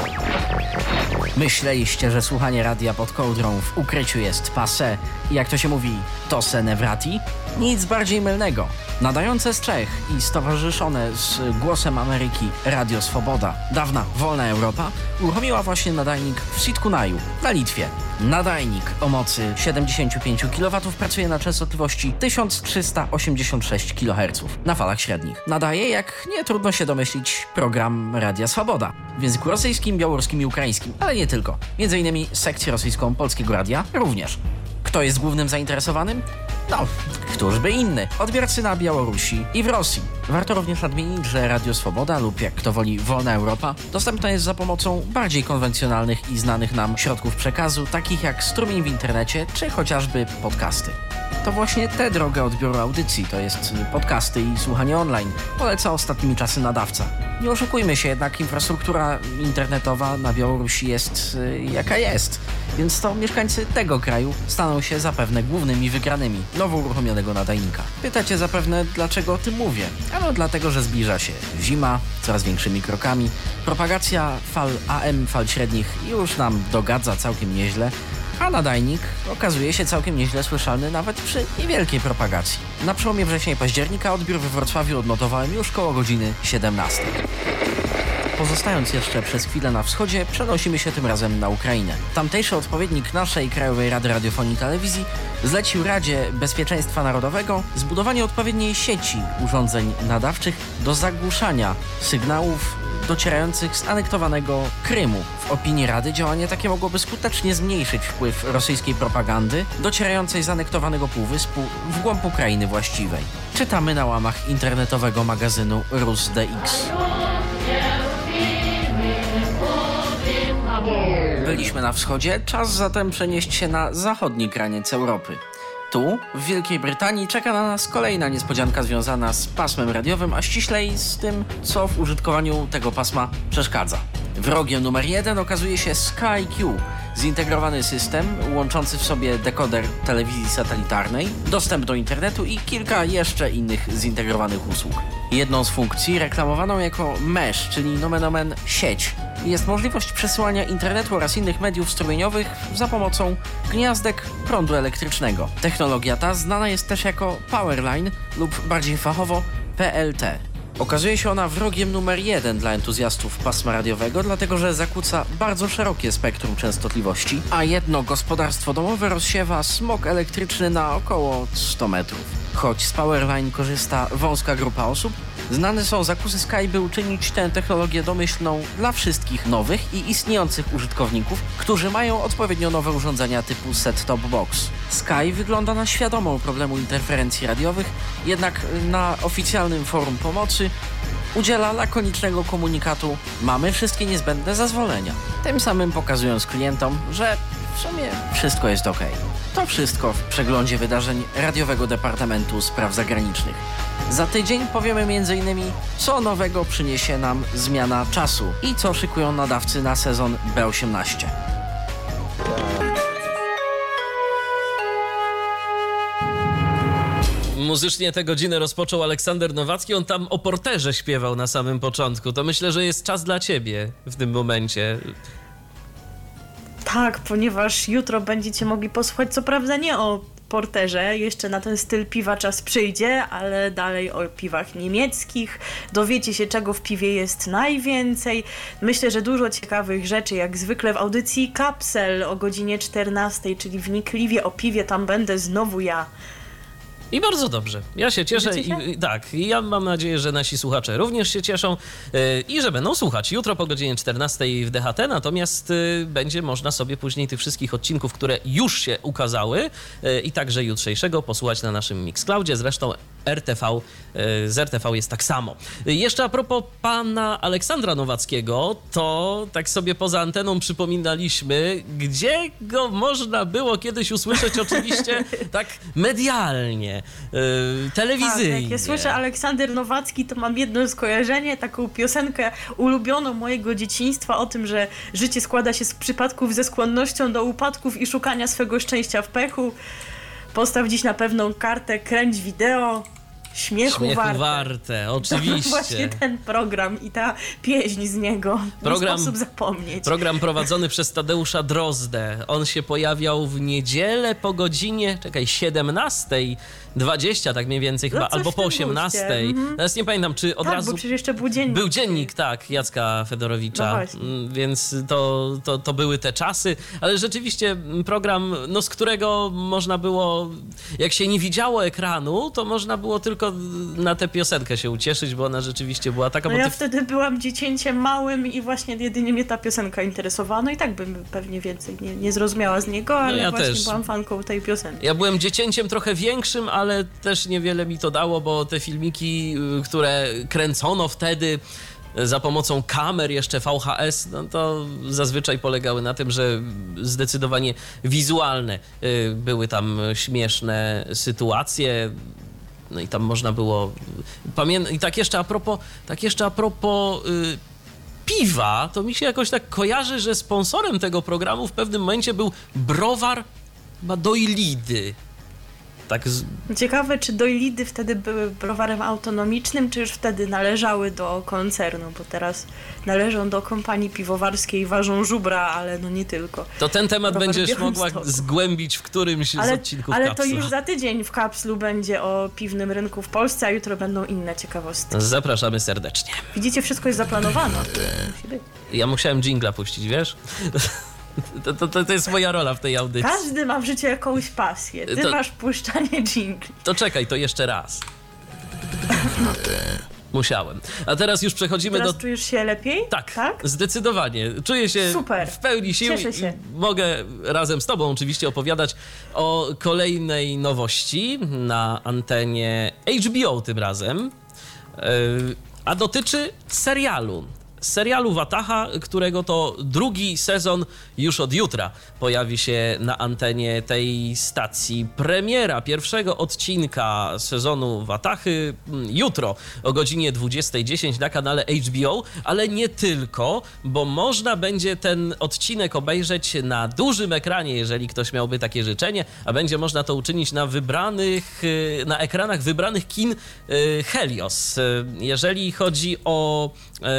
Myśleliście, że słuchanie radia pod kołdrą w ukryciu jest passé i jak to się mówi, to se ne vrati? Nic bardziej mylnego. Nadające z Czech i stowarzyszone z Głosem Ameryki Radio Swoboda, dawna Wolna Europa, uruchomiła właśnie nadajnik w Sitkunaju na Litwie. Nadajnik o mocy siedemdziesiąt pięć kilowatów pracuje na częstotliwości tysiąc trzysta osiemdziesiąt sześć kiloherców na falach średnich. Nadaje, jak nie trudno się domyślić, program Radia Swoboda w języku rosyjskim, białoruskim i ukraińskim, ale nie tylko. Między innymi sekcję rosyjską Polskiego Radia również. Kto jest głównym zainteresowanym? No, któż by inny? Odbiorcy na Białorusi i w Rosji. Warto również nadmienić, że Radio Swoboda lub jak kto woli Wolna Europa dostępna jest za pomocą bardziej konwencjonalnych i znanych nam środków przekazu, takich jak strumień w internecie czy chociażby podcasty. To właśnie tę drogę odbioru audycji, to jest podcasty i słuchanie online, poleca ostatnimi czasy nadawca. Nie oszukujmy się, jednak infrastruktura internetowa na Białorusi jest y, jaka jest, więc to mieszkańcy tego kraju staną się zapewne głównymi wygranymi nowo uruchomionego nadajnika. Pytacie zapewne, dlaczego o tym mówię? Ano dlatego, że zbliża się zima coraz większymi krokami, propagacja fal A M, fal średnich już nam dogadza całkiem nieźle, a nadajnik okazuje się całkiem nieźle słyszalny nawet przy niewielkiej propagacji. Na przełomie września i października odbiór we Wrocławiu odnotowałem już koło godziny siedemnastej. Pozostając jeszcze przez chwilę na wschodzie, przenosimy się tym razem na Ukrainę. Tamtejszy odpowiednik naszej Krajowej Rady Radiofonii i Telewizji zlecił Radzie Bezpieczeństwa Narodowego zbudowanie odpowiedniej sieci urządzeń nadawczych do zagłuszania sygnałów docierających z anektowanego Krymu. W opinii Rady działanie takie mogłoby skutecznie zmniejszyć wpływ rosyjskiej propagandy docierającej z anektowanego półwyspu w głąb Ukrainy właściwej. Czytamy na łamach internetowego magazynu Rus D X. Byliśmy na wschodzie, czas zatem przenieść się na zachodni kraniec Europy. Tu, w Wielkiej Brytanii, czeka na nas kolejna niespodzianka związana z pasmem radiowym, a ściślej z tym, co w użytkowaniu tego pasma przeszkadza. Wrogiem numer jeden okazuje się SkyQ, zintegrowany system łączący w sobie dekoder telewizji satelitarnej, dostęp do internetu i kilka jeszcze innych zintegrowanych usług. Jedną z funkcji, reklamowaną jako mesh, czyli nomen omen sieć, jest możliwość przesyłania internetu oraz innych mediów strumieniowych za pomocą gniazdek prądu elektrycznego. Technologia ta znana jest też jako Powerline lub bardziej fachowo P L T. Okazuje się ona wrogiem numer jeden dla entuzjastów pasma radiowego, dlatego że zakłóca bardzo szerokie spektrum częstotliwości, a jedno gospodarstwo domowe rozsiewa smog elektryczny na około sto metrów. Choć z Powerline korzysta wąska grupa osób, znane są zakusy Sky, by uczynić tę technologię domyślną dla wszystkich nowych i istniejących użytkowników, którzy mają odpowiednio nowe urządzenia typu set-top box. Sky wygląda na świadomą problemu interferencji radiowych, jednak na oficjalnym forum pomocy udziela lakonicznego komunikatu: mamy wszystkie niezbędne zezwolenia, tym samym pokazując klientom, że w sumie wszystko jest ok. To wszystko w przeglądzie wydarzeń Radiowego Departamentu Spraw Zagranicznych. Za tydzień powiemy m.in. co nowego przyniesie nam zmiana czasu i co szykują nadawcy na sezon B osiemnaście. Muzycznie tę godzinę rozpoczął Aleksander Nowacki. On tam o porterze śpiewał na samym początku. To myślę, że jest czas dla ciebie w tym momencie. Tak, ponieważ jutro będziecie mogli posłuchać, co prawda nie o porterze, jeszcze na ten styl piwa czas przyjdzie, ale dalej o piwach niemieckich. Dowiecie się, czego w piwie jest najwięcej. Myślę, że dużo ciekawych rzeczy, jak zwykle w audycji Kapsel o godzinie czternastej, czyli wnikliwie o piwie, tam będę znowu ja. I bardzo dobrze. Ja się cieszę i, i tak, i ja mam nadzieję, że nasi słuchacze również się cieszą yy, i że będą słuchać jutro po godzinie czternastej w D H T, natomiast yy, będzie można sobie później tych wszystkich odcinków, które już się ukazały yy, i także jutrzejszego posłuchać na naszym Mixcloudzie. Zresztą R T V, yy, z R T V jest tak samo. Yy, jeszcze a propos pana Aleksandra Nowackiego, to tak sobie poza anteną przypominaliśmy, gdzie go można było kiedyś usłyszeć oczywiście tak medialnie. Yy, telewizyjnie. Tak, jak ja słyszę Aleksander Nowacki, to mam jedno skojarzenie, taką piosenkę ulubioną mojego dzieciństwa o tym, że życie składa się z przypadków ze skłonnością do upadków i szukania swego szczęścia w pechu. Postaw dziś na pewną kartę, kręć wideo. Śmiechu, Śmiechu warte. warte, oczywiście. To właśnie ten program i ta pieśń z niego. Program, nie sposób zapomnieć. Program prowadzony przez Tadeusza Drozdę. On się pojawiał w niedzielę po godzinie, czekaj, siedemnastej dwadzieścia, tak mniej więcej chyba, No albo po osiemnastej. Mhm. Teraz nie pamiętam, czy od tak, razu... bo przecież jeszcze był dziennik. Był dziennik, tak, Jacka Fedorowicza, No właśnie. więc to, to, to były te czasy, ale rzeczywiście program, no z którego można było, jak się nie widziało ekranu, to można było tylko na tę piosenkę się ucieszyć, bo ona rzeczywiście była taka... No bo ja ty... wtedy byłam dziecięciem małym i właśnie jedynie mnie ta piosenka interesowała, no i tak bym pewnie więcej nie, nie zrozumiała z niego, ale No ja właśnie też. byłam fanką tej piosenki. Ja byłem dziecięciem trochę większym, ale też niewiele mi to dało, bo te filmiki, które kręcono wtedy za pomocą kamer jeszcze V H S, no to zazwyczaj polegały na tym, że zdecydowanie wizualne były tam śmieszne sytuacje. No i tam można było... Pamię... I tak jeszcze a propos, tak jeszcze a propos yy, piwa, to mi się jakoś tak kojarzy, że sponsorem tego programu w pewnym momencie był browar chyba Dojlidy. Tak z... Ciekawe, czy Dojlidy wtedy były browarem autonomicznym, czy już wtedy należały do koncernu, bo teraz należą do kompanii piwowarskiej, ważą żubra, ale no nie tylko. To ten temat Browar będziesz mogła Białymstoku. zgłębić w którymś z Ale, odcinków ale Kapsla. to już za tydzień w Kapslu będzie o piwnym rynku w Polsce, a jutro będą inne ciekawostki. Zapraszamy serdecznie. Widzicie, wszystko jest zaplanowane. Musi być. Ja musiałem dżingla puścić, wiesz? To, to, to, to jest moja rola w tej audycji. Każdy ma w życiu jakąś pasję. Ty To- masz puszczanie dżingli. To czekaj, to jeszcze raz. Musiałem. A teraz już przechodzimy Teraz do... czujesz się lepiej? Tak, Tak? zdecydowanie. Czuję się Super. w pełni sił Cieszę się. i mogę razem z tobą oczywiście opowiadać o kolejnej nowości na antenie H B O tym razem, Yy, a dotyczy serialu. Serialu Wataha, którego to drugi sezon już od jutra pojawi się na antenie tej stacji. Premiera pierwszego odcinka sezonu Watachy jutro o godzinie dwudziestej dziesięć na kanale H B O, ale nie tylko, bo można będzie ten odcinek obejrzeć na dużym ekranie, jeżeli ktoś miałby takie życzenie, a będzie można to uczynić na wybranych, na ekranach wybranych kin Helios. Jeżeli chodzi o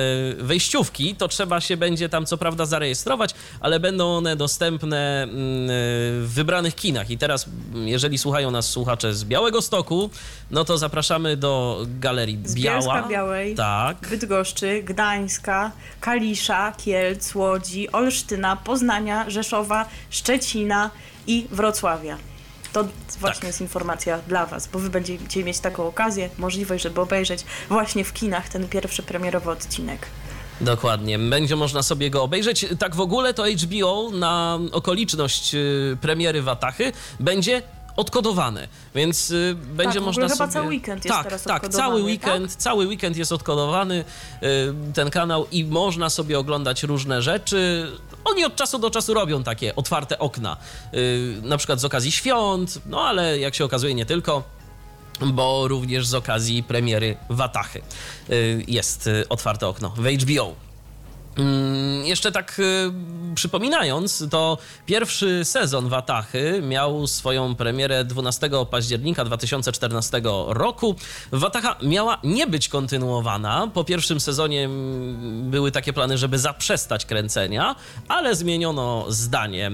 wejściówki, to trzeba się będzie tam co prawda zarejestrować, ale będą one dostępne mm, w wybranych kinach. I teraz, jeżeli słuchają nas słuchacze z Białegostoku, no to zapraszamy do Galerii Z Biała. Bielska Białej, Tak. Bydgoszczy, Gdańska, Kalisza, Kielc, Łodzi, Olsztyna, Poznania, Rzeszowa, Szczecina i Wrocławia. To właśnie Tak. jest informacja dla was, bo wy będziecie mieć taką okazję, możliwość, żeby obejrzeć właśnie w kinach ten pierwszy premierowy odcinek. Dokładnie, będzie można sobie go obejrzeć. Tak w ogóle to H B O na okoliczność y, premiery Watachy będzie odkodowane, więc y, będzie Tak, w można ogóle chyba sobie... cały weekend jest tak, teraz tak, odkodowany, cały weekend, tak? cały weekend jest odkodowany y, ten kanał i można sobie oglądać różne rzeczy. Oni od czasu do czasu robią takie otwarte okna, y, na przykład z okazji świąt, no ale jak się okazuje nie tylko, bo również z okazji premiery Watachy y, jest y, otwarte okno w H B O. Mm, Jeszcze tak y, przypominając, to pierwszy sezon Watachy miał swoją premierę dwunastego października dwa tysiące czternastego roku. Watacha miała nie być kontynuowana. Po pierwszym sezonie mm, były takie plany, żeby zaprzestać kręcenia, ale zmieniono zdanie.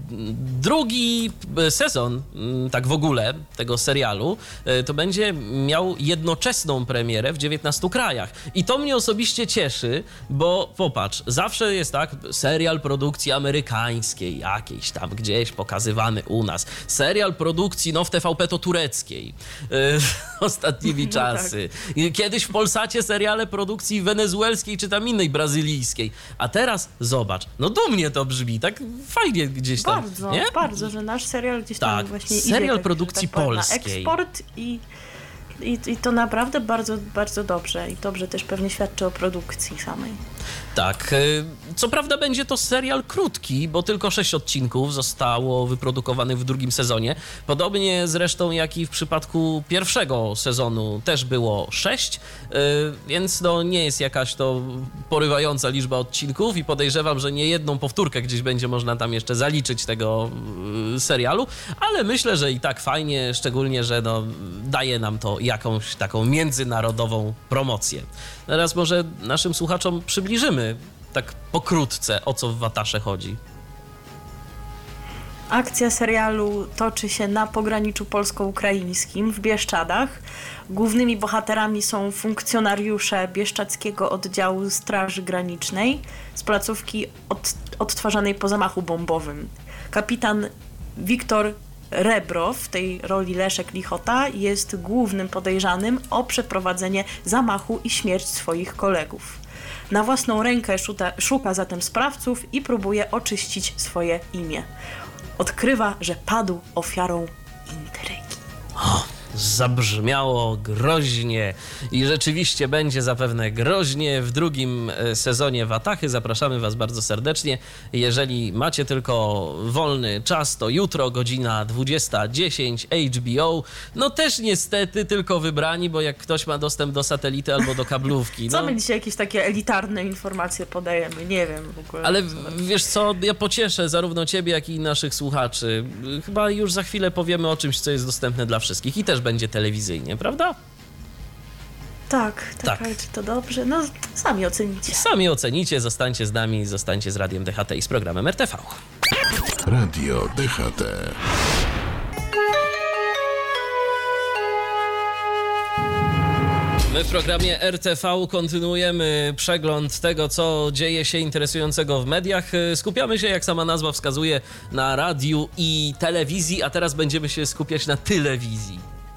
Drugi sezon, mm, tak w ogóle, tego serialu, y, to będzie miał jednoczesną premierę w dziewiętnastu krajach. I to mnie osobiście cieszy, bo popatrz, zawsze jest tak, serial produkcji amerykańskiej, jakiejś tam gdzieś pokazywany u nas. Serial produkcji, no w T V P to tureckiej. Yy, ostatnimi No czasy. I Kiedyś w Polsacie seriale produkcji wenezuelskiej czy tam innej brazylijskiej. A teraz zobacz, no dumnie to brzmi, tak fajnie gdzieś tam. Bardzo, nie? bardzo, że nasz serial gdzieś tam Tak, właśnie serial idzie, tak, produkcji tak powiem, na polskiej. eksport i, i, i to naprawdę bardzo, bardzo dobrze i dobrze też pewnie świadczy o produkcji samej. Tak. y, Co prawda będzie to serial krótki, bo tylko sześć odcinków zostało wyprodukowanych w drugim sezonie. Podobnie zresztą jak i w przypadku pierwszego sezonu też było sześć, y, więc no nie jest jakaś to porywająca liczba odcinków i podejrzewam, że nie jedną powtórkę gdzieś będzie można tam jeszcze zaliczyć tego y, serialu, ale myślę, że i tak fajnie, szczególnie, że no, daje nam to jakąś taką międzynarodową promocję. Teraz może naszym słuchaczom przybliżymy tak pokrótce, o co w Watasze chodzi. Akcja serialu toczy się na pograniczu polsko-ukraińskim w Bieszczadach. Głównymi bohaterami są funkcjonariusze Bieszczadzkiego Oddziału Straży Granicznej z placówki od, odtwarzanej po zamachu bombowym. Kapitan Wiktor Rebro, w tej roli Leszek Lichota, jest głównym podejrzanym o przeprowadzenie zamachu i śmierć swoich kolegów. Na własną rękę szuka, szuka zatem sprawców i próbuje oczyścić swoje imię. Odkrywa, że padł ofiarą intrygi. Zabrzmiało groźnie i rzeczywiście będzie zapewne groźnie w drugim e, sezonie Watachy. Zapraszamy Was bardzo serdecznie. Jeżeli macie tylko wolny czas, to jutro godzina dwudziesta dziesięć H B O. No też niestety tylko wybrani, bo jak ktoś ma dostęp do satelity albo do kablówki. Co no. my dzisiaj jakieś takie elitarne informacje podajemy? Nie wiem w ogóle. Ale co- wiesz co, ja pocieszę zarówno ciebie, jak i naszych słuchaczy. Chyba już za chwilę powiemy o czymś, co jest dostępne dla wszystkich i też będzie telewizyjnie, prawda? Tak, tak, Tak. ale czy to dobrze? No sami ocenicie. Sami ocenicie, zostańcie z nami, zostańcie z Radiem D H T i z programem R T V. Radio D H T. My w programie R T V kontynuujemy przegląd tego, co dzieje się interesującego w mediach. Skupiamy się, jak sama nazwa wskazuje, na radiu i telewizji, a teraz będziemy się skupiać na telewizji.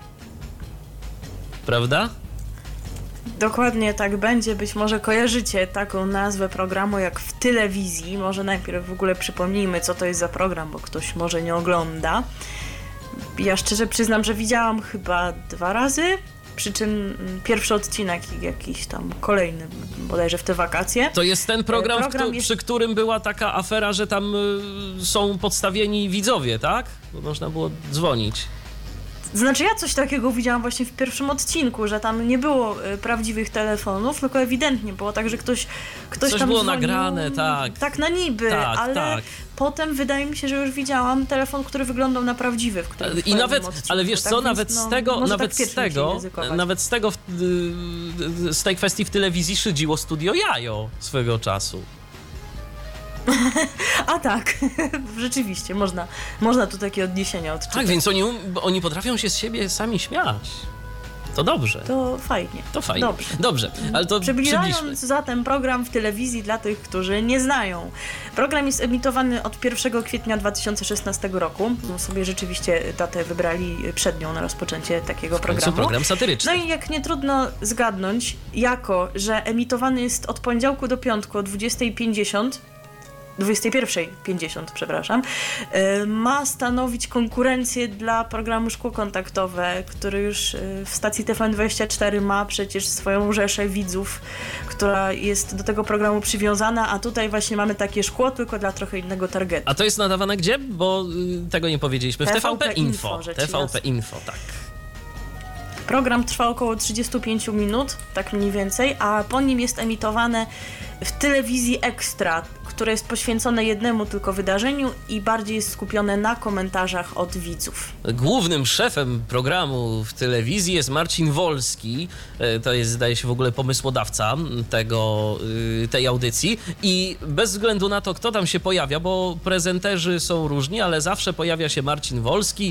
Prawda? Dokładnie tak będzie. Być może kojarzycie taką nazwę programu jak w telewizji. Może najpierw w ogóle przypomnijmy, co to jest za program, bo ktoś może nie ogląda. Ja szczerze przyznam, że widziałam chyba dwa razy, przy czym mm, pierwszy odcinek i jakiś tam kolejny, bodajże w te wakacje. To jest ten program, Program w któ- jest- przy którym była taka afera, że tam y, są podstawieni widzowie, tak? Bo można było dzwonić. Znaczy ja coś takiego widziałam właśnie w pierwszym odcinku, że tam nie było y, prawdziwych telefonów, tylko ewidentnie było tak, że ktoś, ktoś Coś tam było dzwonił, nagrane, tak. Tak na niby, Tak, ale tak. potem wydaje mi się, że już widziałam telefon, który wyglądał na prawdziwy, w którym I nawet, odcinku, ale wiesz tak co, więc, nawet no, z tego, może nawet tak z pierwszym tego, się językować. nawet z tego, w- y, z tej kwestii w telewizji szydziło Studio Jajo swego czasu. A tak, rzeczywiście, można, można tu takie odniesienia odczytać. Tak, więc oni, um- oni potrafią się z siebie sami śmiać. To dobrze. To fajnie. To fajnie. Dobrze. Dobrze, ale to Przybliżając przybliżmy. zatem program w telewizji dla tych, którzy nie znają. Program jest emitowany od pierwszego kwietnia dwa tysiące szesnastego roku. No sobie rzeczywiście datę wybrali przednią na rozpoczęcie takiego W końcu programu. program satyryczny. No i jak nie trudno zgadnąć, jako że emitowany jest od poniedziałku do piątku o dwudziestej pięćdziesiąt, dwudziestej pierwszej pięćdziesiąt, przepraszam, y, ma stanowić konkurencję dla programu Szkło Kontaktowe, który już y, w stacji T V N dwadzieścia cztery ma przecież swoją rzeszę widzów, która jest do tego programu przywiązana, a tutaj właśnie mamy takie szkło, tylko dla trochę innego targetu. A to jest nadawane gdzie? Bo y, tego nie powiedzieliśmy. W T V P T V P Info. Info, rzecz T V P jasna. Info, tak. Program trwa około trzydzieści pięć minut, tak mniej więcej, a po nim jest emitowane w telewizji Ekstra, które jest poświęcone jednemu tylko wydarzeniu i bardziej jest skupione na komentarzach od widzów. Głównym szefem programu w telewizji jest Marcin Wolski. E, To jest, zdaje się, w ogóle pomysłodawca tego, y, tej audycji. I bez względu na to, kto tam się pojawia, bo prezenterzy są różni, ale zawsze pojawia się Marcin Wolski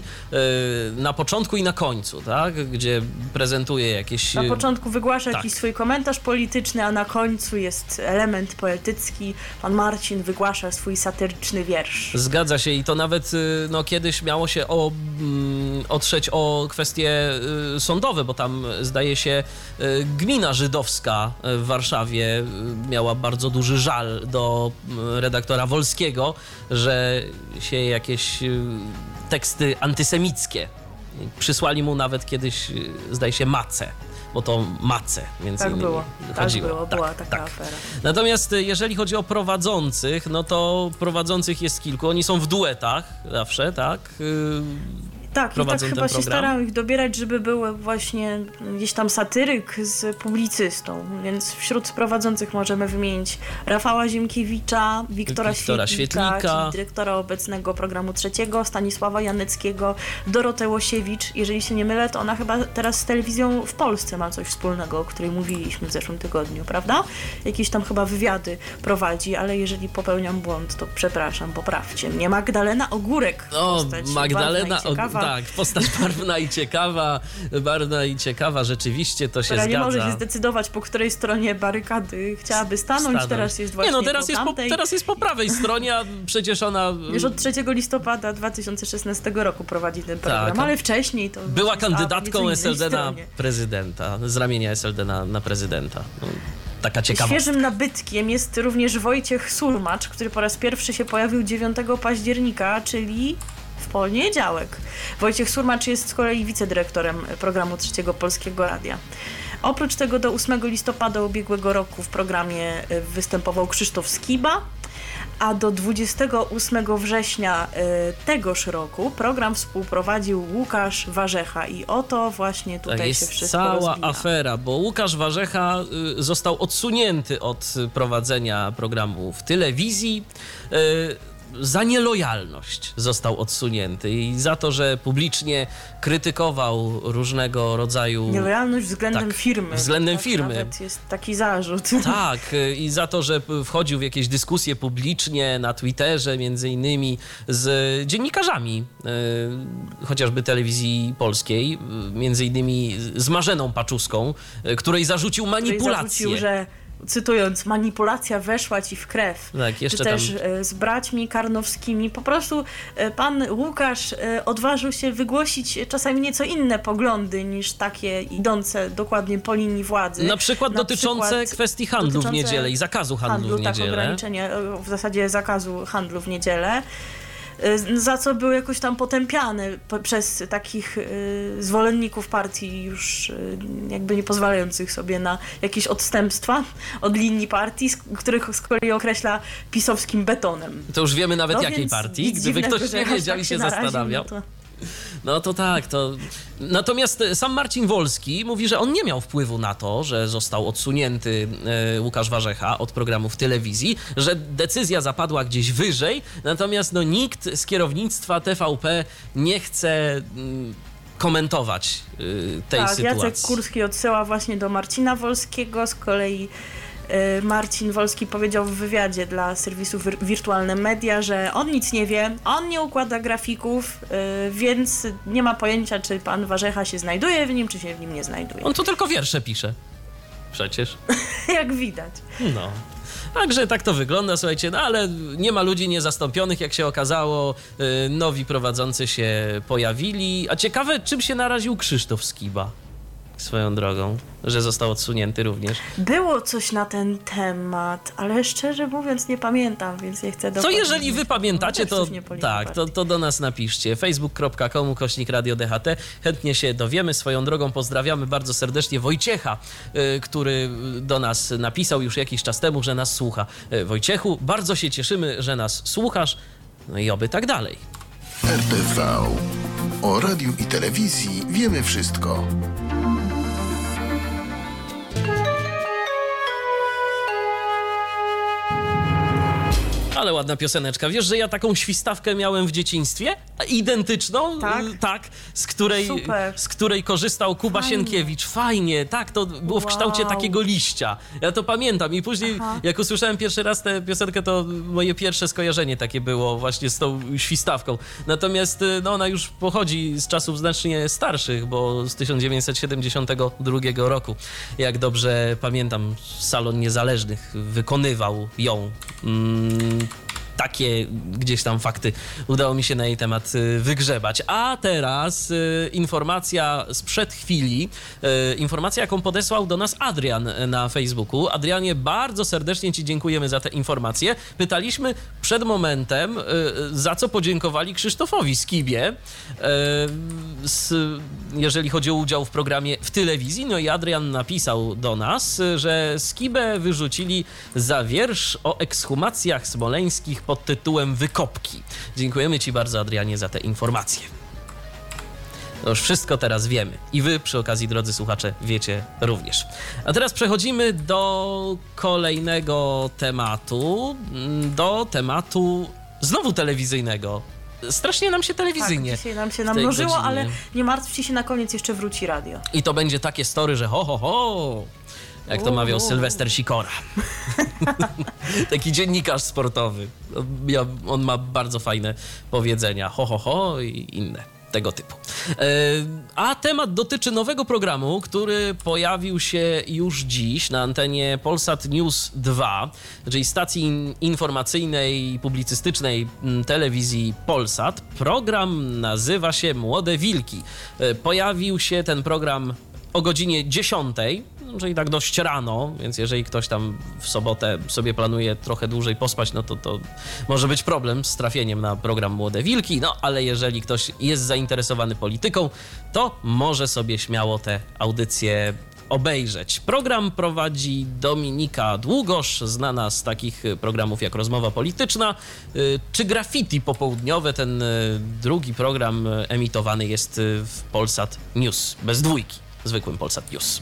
y, na początku i na końcu, tak? Gdzie prezentuje jakieś... Na początku wygłasza tak. jakiś swój komentarz polityczny, a na końcu jest element poetycki. Pan Marcin wygłasza swój satyryczny wiersz. Zgadza się i to nawet y, no, kiedyś miało się o, mm, otrzeć o kwestie y, sądowe, bo tam zdaje się y, gmina żydowska w Warszawie y, miała bardzo duży żal do y, redaktora Wolskiego, że się jakieś y, teksty antysemickie. Przysłali mu nawet kiedyś, y, zdaje się, macę. Bo to mace między Tak innymi było, chodziło. tak było, była Tak, taka tak. afera. Natomiast y, jeżeli chodzi o prowadzących, no to prowadzących jest kilku. Oni są w duetach zawsze, tak? Y, Tak, i tak prowadzą chyba ten się program. starają ich dobierać, żeby były właśnie gdzieś tam satyryk z publicystą, więc wśród prowadzących możemy wymienić Rafała Ziemkiewicza, Wiktora, Wiktora Świetlika, Świetlika. czyli dyrektora obecnego programu trzeciego, Stanisława Janeckiego, Dorotę Łosiewicz. Jeżeli się nie mylę, to ona chyba teraz z telewizją w Polsce ma coś wspólnego, o której mówiliśmy w zeszłym tygodniu, prawda? Jakieś tam chyba wywiady prowadzi, ale jeżeli popełniam błąd, to przepraszam, poprawcie mnie. Magdalena Ogórek. O, postać Magdalena, ważna i ciekawa. tak, postać barwna i ciekawa, barwna i ciekawa, rzeczywiście to się która nie zgadza. może się zdecydować, po której stronie barykady chciałaby stanąć. Stanąć. Teraz jest właśnie Nie no, teraz po jest po, tamtej. teraz jest po prawej stronie, a przecież ona Już od trzeciego listopada dwa tysiące szesnastego roku prowadzi ten program, Tak, a ale wcześniej to... była właśnie stała po kandydatką nieco S L D innej na stronie. prezydenta, z ramienia S L D na, na prezydenta. No, taka ciekawostka. Świeżym nabytkiem jest również Wojciech Surmacz, który po raz pierwszy się pojawił dziewiątego października, czyli w poniedziałek. Wojciech Surmacz jest z kolei wicedyrektorem programu Trzeciego Polskiego Radia. Oprócz tego do ósmego listopada ubiegłego roku w programie występował Krzysztof Skiba, a do dwudziestego ósmego września y, tegoż roku program współprowadził Łukasz Warzecha i oto właśnie tutaj Tak, się jest wszystko cała rozwija. afera, bo Łukasz Warzecha y, został odsunięty od y, prowadzenia programu w telewizji. Y, za nielojalność został odsunięty i za to, że publicznie krytykował różnego rodzaju... Nielojalność względem Tak, firmy. względem tak, firmy. Nawet jest taki zarzut. Tak, y, i za to, że p- wchodził w jakieś dyskusje publicznie na Twitterze, między innymi z dziennikarzami, y, chociażby telewizji polskiej, y, między innymi z Marzeną Paczuską, y, której zarzucił Który manipulację. zarzucił, że cytując, manipulacja weszła ci w krew. Tak, jeszcze Czy tam- też e, z braćmi Karnowskimi. Po prostu e, pan Łukasz e, odważył się wygłosić czasami nieco inne poglądy niż takie idące dokładnie po linii władzy. Na przykład Na dotyczące przykład kwestii handlu dotyczące w niedzielę i zakazu handlu, handlu, w tak, niedzielę. ograniczenie, e, w zasadzie zakazu handlu w niedzielę. E, Za co był jakoś tam potępiany po- przez takich e, zwolenników partii już e, jakby nie pozwalających sobie na jakieś odstępstwa od linii partii, z których z kolei określa pisowskim betonem. To już wiemy nawet No jakiej więc partii, nic gdyby dziwnego, ktoś że nie aż wiedział tak i się naraził, zastanawiał. no to- No to tak, to... Natomiast sam Marcin Wolski mówi, że on nie miał wpływu na to, że został odsunięty e, Łukasz Warzecha od programów telewizji, że decyzja zapadła gdzieś wyżej, natomiast no, nikt z kierownictwa T V P nie chce mm, komentować y, tej tak, sytuacji. Jacek Kurski odsyła właśnie do Marcina Wolskiego, z kolei y, Marcin Wolski powiedział w wywiadzie dla serwisu wir- Wirtualne Media, że on nic nie wie, on nie układa grafików, y, więc nie ma pojęcia, czy pan Warzecha się znajduje w nim, czy się w nim nie znajduje. On tu tylko wiersze pisze. Przecież. Jak widać. No. Także tak to wygląda, słuchajcie, no ale nie ma ludzi niezastąpionych, jak się okazało, yy, nowi prowadzący się pojawili, a ciekawe, czym się naraził Krzysztof Skiba, swoją drogą, że został odsunięty również. Było coś na ten temat, ale szczerze mówiąc nie pamiętam, więc nie chcę Co dokładnie. jeżeli wy pamiętacie, to tak, to, to do nas napiszcie. facebook kropka com ukośnik Radio D H T. Chętnie się dowiemy. Swoją drogą pozdrawiamy bardzo serdecznie Wojciecha, y, który do nas napisał już jakiś czas temu, że nas słucha. Y, Wojciechu, bardzo się cieszymy, że nas słuchasz. No i oby tak dalej. R T V. O radiu i telewizji wiemy wszystko. Ale ładna pioseneczka. Wiesz, że ja taką świstawkę miałem w dzieciństwie? Identyczną? Tak? Y, Tak, z której, Super. z której korzystał Kuba Fajnie. Sienkiewicz. Fajnie, tak, to było w kształcie Wow. takiego liścia. Ja to pamiętam i później, Aha. jak usłyszałem pierwszy raz tę piosenkę, to moje pierwsze skojarzenie takie było właśnie z tą świstawką. Natomiast y, no, ona już pochodzi z czasów znacznie starszych, bo z tysiąc dziewięćset siedemdziesiątego drugiego roku. Jak dobrze pamiętam, Salon Niezależnych wykonywał ją. Mm, takie gdzieś tam fakty udało mi się na jej temat y, wygrzebać. A teraz y, informacja sprzed chwili, y, informacja, jaką podesłał do nas Adrian na Facebooku. Adrianie, bardzo serdecznie ci dziękujemy za tę informację. Pytaliśmy przed momentem, y, za co podziękowali Krzysztofowi Skibie, y, z, jeżeli chodzi o udział w programie w telewizji. No i Adrian napisał do nas, że Skibę wyrzucili za wiersz o ekshumacjach smoleńskich pod tytułem Wykopki. Dziękujemy ci bardzo, Adrianie, za te informacje. No już wszystko teraz wiemy. I wy przy okazji, drodzy słuchacze, wiecie również. A teraz przechodzimy do kolejnego tematu. Do tematu znowu telewizyjnego. Strasznie nam się telewizyjnie Tak, dzisiaj nam się w tej namnożyło, godzinie. ale nie martwcie się, na koniec jeszcze wróci radio. I to będzie takie story, że ho, ho, ho, jak to mawiał Sylwester Sikora. Taki dziennikarz sportowy. Ja- On ma bardzo fajne powiedzenia. Ho, ho, ho i inne tego typu. E, A temat dotyczy nowego programu, który pojawił się już dziś na antenie Polsat News dwa, czyli stacji informacyjnej i publicystycznej m, telewizji Polsat. Program nazywa się Młode Wilki. E, Pojawił się ten program o godzinie dziesiątej, czyli tak dość rano, więc jeżeli ktoś tam w sobotę sobie planuje trochę dłużej pospać, no to to może być problem z trafieniem na program Młode Wilki, no ale jeżeli ktoś jest zainteresowany polityką, to może sobie śmiało te audycje obejrzeć. Program prowadzi Dominika Długosz, znana z takich programów jak Rozmowa Polityczna y, czy Graffiti Popołudniowe. Ten y, drugi program y, emitowany jest y, w Polsat News, bez dwójki, zwykłym Polsat News.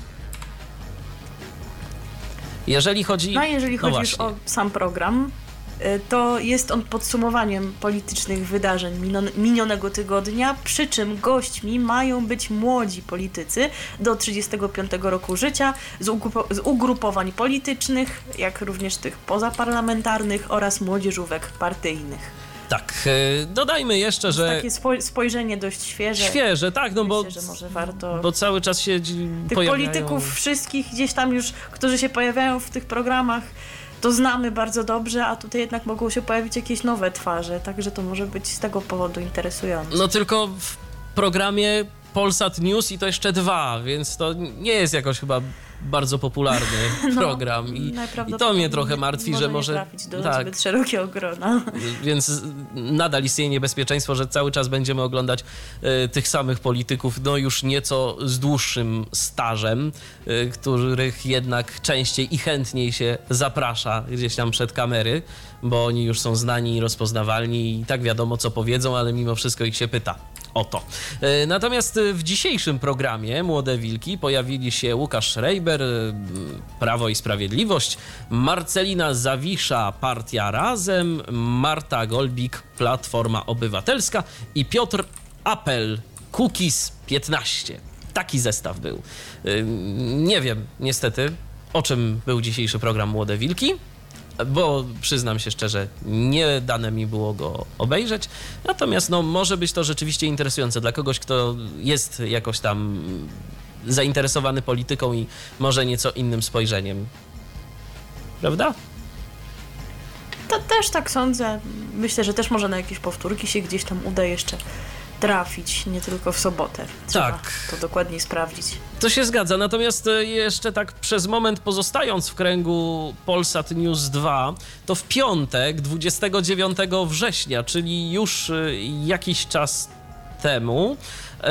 Jeżeli chodzi... No a jeżeli chodzi już właśnie. o sam program, y, to jest on podsumowaniem politycznych wydarzeń minon- minionego tygodnia, przy czym gośćmi mają być młodzi politycy do trzydziestego piątego roku życia z, ugrupo- z ugrupowań politycznych, jak również tych pozaparlamentarnych oraz młodzieżówek partyjnych. Tak, y, dodajmy jeszcze, że... Takie spoj- spojrzenie dość świeże. Świeże, tak, no bo, Myślę, że może warto... bo cały czas się dzi- Tych pojawiają... polityków wszystkich gdzieś tam już, którzy się pojawiają w tych programach, to znamy bardzo dobrze, a tutaj jednak mogą się pojawić jakieś nowe twarze, także to może być z tego powodu interesujące. No tylko w programie Polsat News i to jeszcze dwa, więc to nie jest jakoś chyba bardzo popularny program i, i to Najprawdopodobniej mnie trochę martwi, może że nie może... trafić do tak, zbyt szerokiego grona. więc nadal istnieje niebezpieczeństwo, że cały czas będziemy oglądać e, tych samych polityków, no już nieco z dłuższym stażem, e, których jednak częściej i chętniej się zaprasza gdzieś tam przed kamery, bo oni już są znani i rozpoznawalni i tak wiadomo, co powiedzą, ale mimo wszystko ich się pyta Oto. E, Natomiast w dzisiejszym programie Młode Wilki pojawili się Łukasz Schreiber, e, Prawo i Sprawiedliwość, Marcelina Zawisza, Partia Razem, Marta Golbik, Platforma Obywatelska i Piotr Apel, Kukiz piętnaście. Taki zestaw był. E, Nie wiem, niestety, o czym był dzisiejszy program Młode Wilki, bo przyznam się szczerze, nie dane mi było go obejrzeć. Natomiast no, może być to rzeczywiście interesujące dla kogoś, kto jest jakoś tam zainteresowany polityką i może nieco innym spojrzeniem. Prawda? To też tak sądzę. Myślę, że też może na jakieś powtórki się gdzieś tam uda jeszcze trafić, nie tylko w sobotę. Trzeba Tak. to dokładniej sprawdzić. To się zgadza, natomiast e, jeszcze tak przez moment pozostając w kręgu Polsat News dwa, to w piątek, dwudziestego dziewiątego września, czyli już e, jakiś czas temu, e,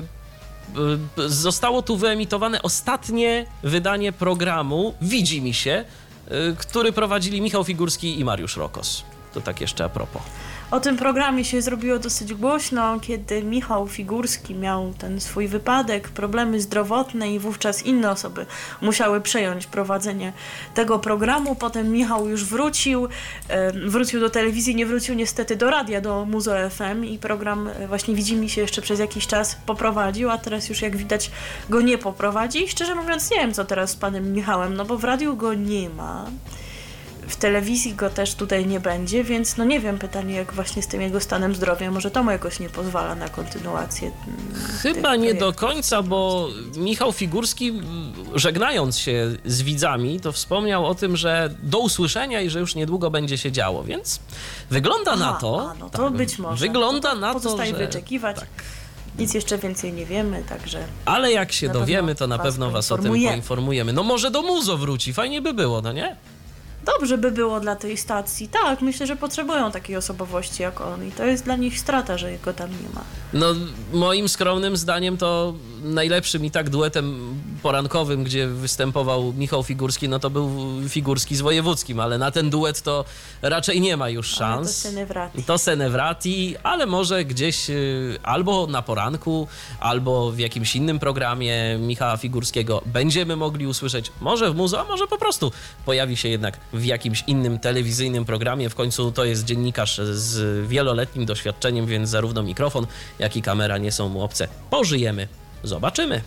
e, zostało tu wyemitowane ostatnie wydanie programu Widzi mi się, e, który prowadzili Michał Figurski i Mariusz Rokos. To tak jeszcze a propos. O tym programie się zrobiło dosyć głośno, kiedy Michał Figurski miał ten swój wypadek, problemy zdrowotne i wówczas inne osoby musiały przejąć prowadzenie tego programu. Potem Michał już wrócił, e, wrócił do telewizji, nie wrócił niestety do radia, do Muzo F M i program e, właśnie Widzi mi się jeszcze przez jakiś czas poprowadził, a teraz już jak widać go nie poprowadzi. I szczerze mówiąc nie wiem co teraz z panem Michałem, no bo w radiu go nie ma. W telewizji go też tutaj nie będzie, więc no nie wiem, pytanie jak właśnie z tym jego stanem zdrowia, może to mu jakoś nie pozwala na kontynuację. Chyba nie do końca, bo Michał Figurski, żegnając się z widzami, to wspomniał o tym, że do usłyszenia i że już niedługo będzie się działo, więc wygląda Aha, na to, a, no to tak, być może. wygląda no na to, pozostaje że... wyczekiwać. Tak. Nic jeszcze więcej nie wiemy, także... Ale jak się Na dowiemy, pewno to na was pewno was o tym poinformujemy. poinformujemy. No może do Muzo wróci, fajnie by było, no nie? Dobrze by było dla tej stacji. Tak, myślę, że potrzebują takiej osobowości jak on i to jest dla nich strata, że jego tam nie ma. No, moim skromnym zdaniem to najlepszym i tak duetem porankowym, gdzie występował Michał Figurski, no to był Figurski z Wojewódzkim, ale na ten duet to raczej nie ma już szans. Ale to Senewrati. To Senewrati, ale może gdzieś y, albo na poranku, albo w jakimś innym programie Michała Figurskiego będziemy mogli usłyszeć, może w muzo, a może po prostu pojawi się jednak w jakimś innym telewizyjnym programie. W końcu to jest dziennikarz z wieloletnim doświadczeniem, więc zarówno mikrofon, jak i kamera nie są mu obce. Pożyjemy. Zobaczymy.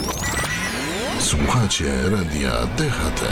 Słuchacie Radia D H T.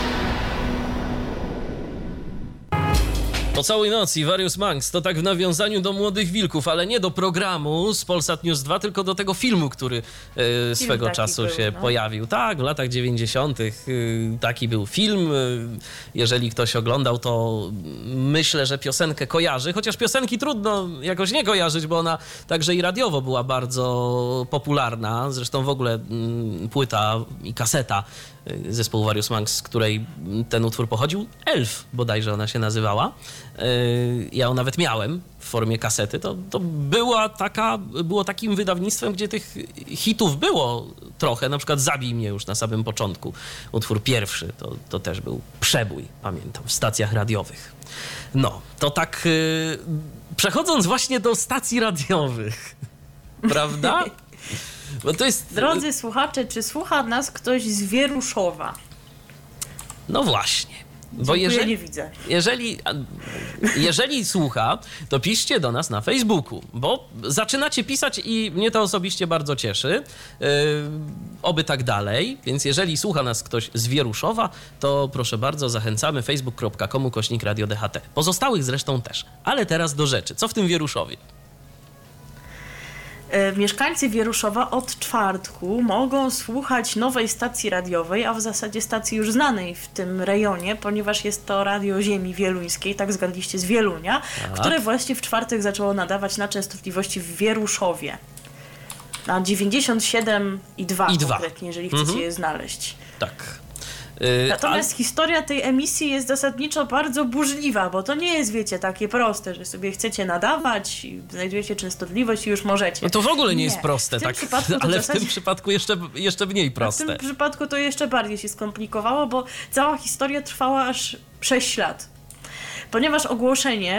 Po całej nocy Warius Manx to tak w nawiązaniu do Młodych Wilków, ale nie do programu z Polsat News dwa, tylko do tego filmu, który e, swego taki czasu był, się no. pojawił. Tak, w latach dziewięćdziesiątych e, taki był film. E, jeżeli ktoś oglądał, to myślę, że piosenkę kojarzy, chociaż piosenki trudno jakoś nie kojarzyć, bo ona także i radiowo była bardzo popularna. Zresztą w ogóle mm, płyta i kaseta e, zespołu Warius Manx, z której ten utwór pochodził, Elf bodajże ona się nazywała. Ja ją nawet miałem w formie kasety. To, to była taka, było takim wydawnictwem, gdzie tych hitów było trochę. Na przykład Zabij mnie już na samym początku. Utwór pierwszy to, to też był przebój, pamiętam, w stacjach radiowych. No, to tak yy, przechodząc właśnie do stacji radiowych, prawda? Bo to jest... Drodzy słuchacze, czy słucha nas ktoś z Wieruszowa? No właśnie. Bo Dziękuję, jeżeli, nie widzę. jeżeli, jeżeli słucha, to piszcie do nas na Facebooku, bo zaczynacie pisać i mnie to osobiście bardzo cieszy. Yy, oby tak dalej, więc jeżeli słucha nas ktoś z Wieruszowa, to proszę bardzo, zachęcamy facebook kropka com ukośnik Radio D H T. Pozostałych zresztą też. Ale teraz do rzeczy. Co w tym Wieruszowie? Mieszkańcy Wieruszowa od czwartku mogą słuchać nowej stacji radiowej, a w zasadzie stacji już znanej w tym rejonie, ponieważ jest to Radio Ziemi Wieluńskiej, tak zgadliście, z Wielunia, Tak. które właśnie w czwartek zaczęło nadawać na częstotliwości w Wieruszowie. Na dziewięćdziesiąt siedem i dwa I dwa. konkretnie, jeżeli chcecie Mhm. je znaleźć. Tak. Yy, Natomiast historia tej emisji jest zasadniczo bardzo burzliwa, bo to nie jest, wiecie, takie proste, że sobie chcecie nadawać, i znajdujecie częstotliwość i już możecie. No to w ogóle nie, Nie. jest proste, W tym tak? przypadku to Ale w w tym zasadzie- przypadku jeszcze, jeszcze mniej W proste. tym przypadku to jeszcze bardziej się skomplikowało, bo cała historia trwała aż sześć lat. Ponieważ ogłoszenie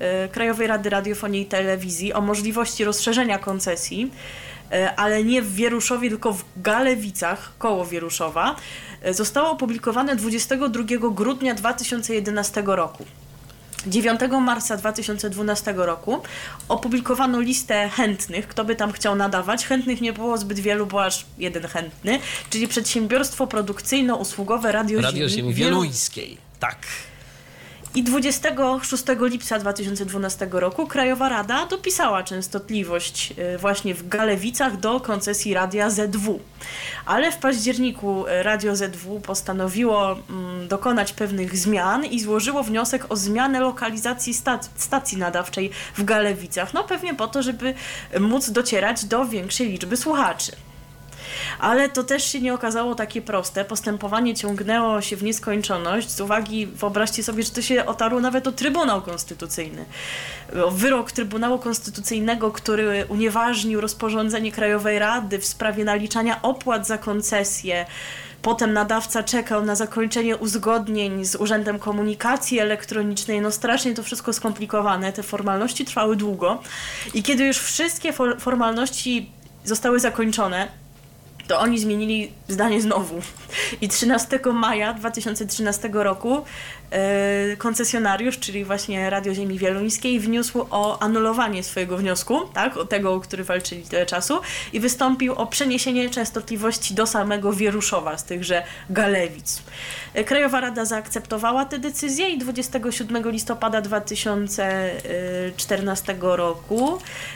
Krajowej Rady Radiofonii i Telewizji o możliwości rozszerzenia koncesji, ale nie w Wieruszowie, tylko w Galewicach, koło Wieruszowa, zostało opublikowane dwudziestego drugiego grudnia dwa tysiące jedenastego roku. dziewiątego marca dwa tysiące dwunastego roku opublikowano listę chętnych, kto by tam chciał nadawać. Chętnych nie było zbyt wielu, bo aż jeden chętny, czyli Przedsiębiorstwo Produkcyjno-Usługowe Radio, Radio Ziemi, Ziemi Wieluńskiej. Tak. I dwudziestego szóstego lipca dwa tysiące dwunastego roku Krajowa Rada dopisała częstotliwość właśnie w Galewicach do koncesji Radia Z W. Ale w październiku Radio Z W postanowiło mm, dokonać pewnych zmian i złożyło wniosek o zmianę lokalizacji stac- stacji nadawczej w Galewicach. No pewnie po to, żeby móc docierać do większej liczby słuchaczy. Ale to też się nie okazało takie proste. Postępowanie ciągnęło się w nieskończoność z uwagi, wyobraźcie sobie, że to się otarło nawet o Trybunał Konstytucyjny. O wyrok Trybunału Konstytucyjnego, który unieważnił rozporządzenie Krajowej Rady w sprawie naliczania opłat za koncesję. Potem nadawca czekał na zakończenie uzgodnień z Urzędem Komunikacji Elektronicznej. No strasznie to wszystko skomplikowane. Te formalności trwały długo. I kiedy już wszystkie for- formalności zostały zakończone, to oni zmienili zdanie znowu. I trzynastego maja dwa tysiące trzynastego roku yy, koncesjonariusz, czyli właśnie Radio Ziemi Wieluńskiej, wniósł o anulowanie swojego wniosku, tak, o tego, o który walczyli tyle czasu, i wystąpił o przeniesienie częstotliwości do samego Wieruszowa z tychże Galewic. Krajowa Rada zaakceptowała tę decyzję i dwudziestego siódmego listopada dwa tysiące czternastego roku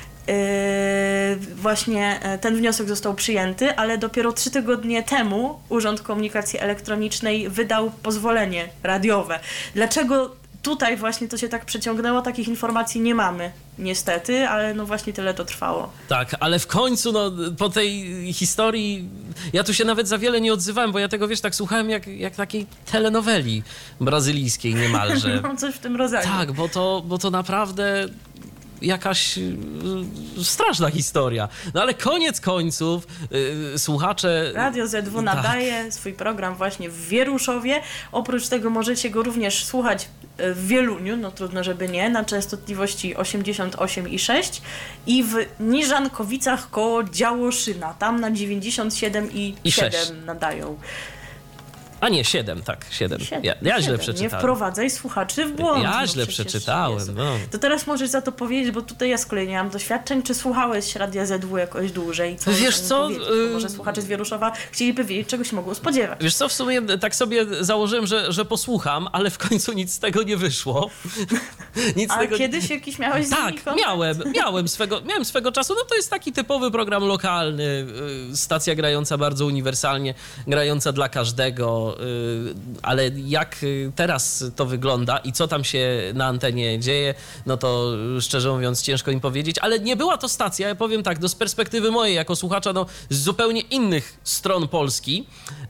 Yy, właśnie ten wniosek został przyjęty, ale dopiero trzy tygodnie temu Urząd Komunikacji Elektronicznej wydał pozwolenie radiowe. Dlaczego tutaj właśnie to się tak przeciągnęło? Takich informacji nie mamy, niestety, ale no właśnie tyle to trwało. Tak, ale w końcu, no, po tej historii, ja tu się nawet za wiele nie odzywałem, bo ja tego, wiesz, tak słuchałem jak, jak takiej telenoweli brazylijskiej niemalże. No, coś w tym rodzaju. Tak, bo to, bo to naprawdę jakaś y, straszna historia. No ale koniec końców y, słuchacze... Radio Z W nadaje tak. swój program właśnie w Wieruszowie. Oprócz tego możecie go również słuchać w Wieluniu, no trudno, żeby nie, na częstotliwości osiemdziesiąt osiem i sześć i w Niżankowicach koło Działoszyna, tam na dziewięćdziesiąt siedem i siedem nadają. A nie, siedem, tak, siedem. Ja, ja źle przeczytałem. Nie wprowadzaj słuchaczy w błąd. Ja no, źle przeczytałem. No. To teraz możesz za to powiedzieć, bo tutaj ja z kolei nie mam doświadczeń. Czy słuchałeś Radia Z W jakoś dłużej? Co wiesz co? Yy... Może słuchacze z Wieruszowa chcieliby wiedzieć, czego się mogło spodziewać. Wiesz co, w sumie tak sobie założyłem, że, że posłucham, ale w końcu nic z tego nie wyszło. Nic A tego... kiedyś jakiś miałeś z Tak, miałem, miałem swego, miałem swego czasu. No to jest taki typowy program lokalny. Stacja grająca bardzo uniwersalnie, grająca dla każdego. Ale jak teraz to wygląda i co tam się na antenie dzieje, no to szczerze mówiąc ciężko im powiedzieć, ale nie była to stacja, ja powiem tak, no z perspektywy mojej jako słuchacza, no z zupełnie innych stron Polski,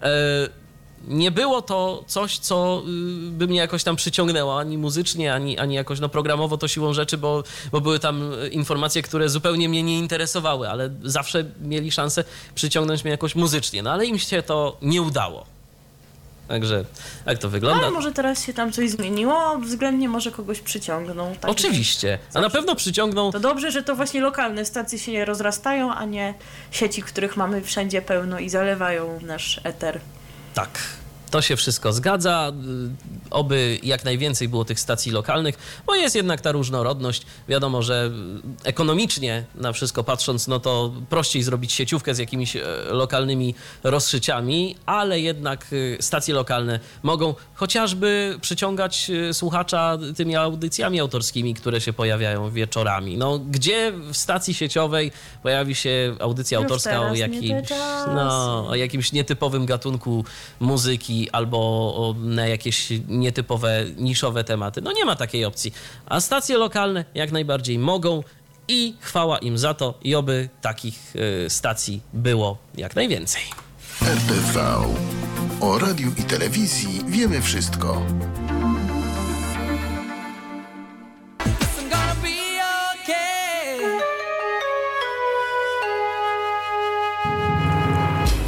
nie było to coś, co by mnie jakoś tam przyciągnęło, ani muzycznie, ani, ani jakoś no programowo to siłą rzeczy, bo, bo były tam informacje, które zupełnie mnie nie interesowały, ale zawsze mieli szansę przyciągnąć mnie jakoś muzycznie, no ale im się to nie udało. Także jak to wygląda? Ale może teraz się tam coś zmieniło, względnie może kogoś przyciągną. Tak. Oczywiście, a na pewno przyciągną... To dobrze, że to właśnie lokalne stacje się nie rozrastają, a nie sieci, których mamy wszędzie pełno i zalewają nasz eter. Tak. To się wszystko zgadza, oby jak najwięcej było tych stacji lokalnych, bo jest jednak ta różnorodność. Wiadomo, że ekonomicznie na wszystko patrząc, no to prościej zrobić sieciówkę z jakimiś lokalnymi rozszyciami, ale jednak stacje lokalne mogą chociażby przyciągać słuchacza tymi audycjami autorskimi, które się pojawiają wieczorami. No, gdzie w stacji sieciowej pojawi się audycja Już autorska o jakimś, no, o jakimś nietypowym gatunku muzyki, albo na jakieś nietypowe, niszowe tematy. No nie ma takiej opcji. A stacje lokalne jak najbardziej mogą i chwała im za to i oby takich y, stacji było jak najwięcej. R T V. O radiu i telewizji wiemy wszystko.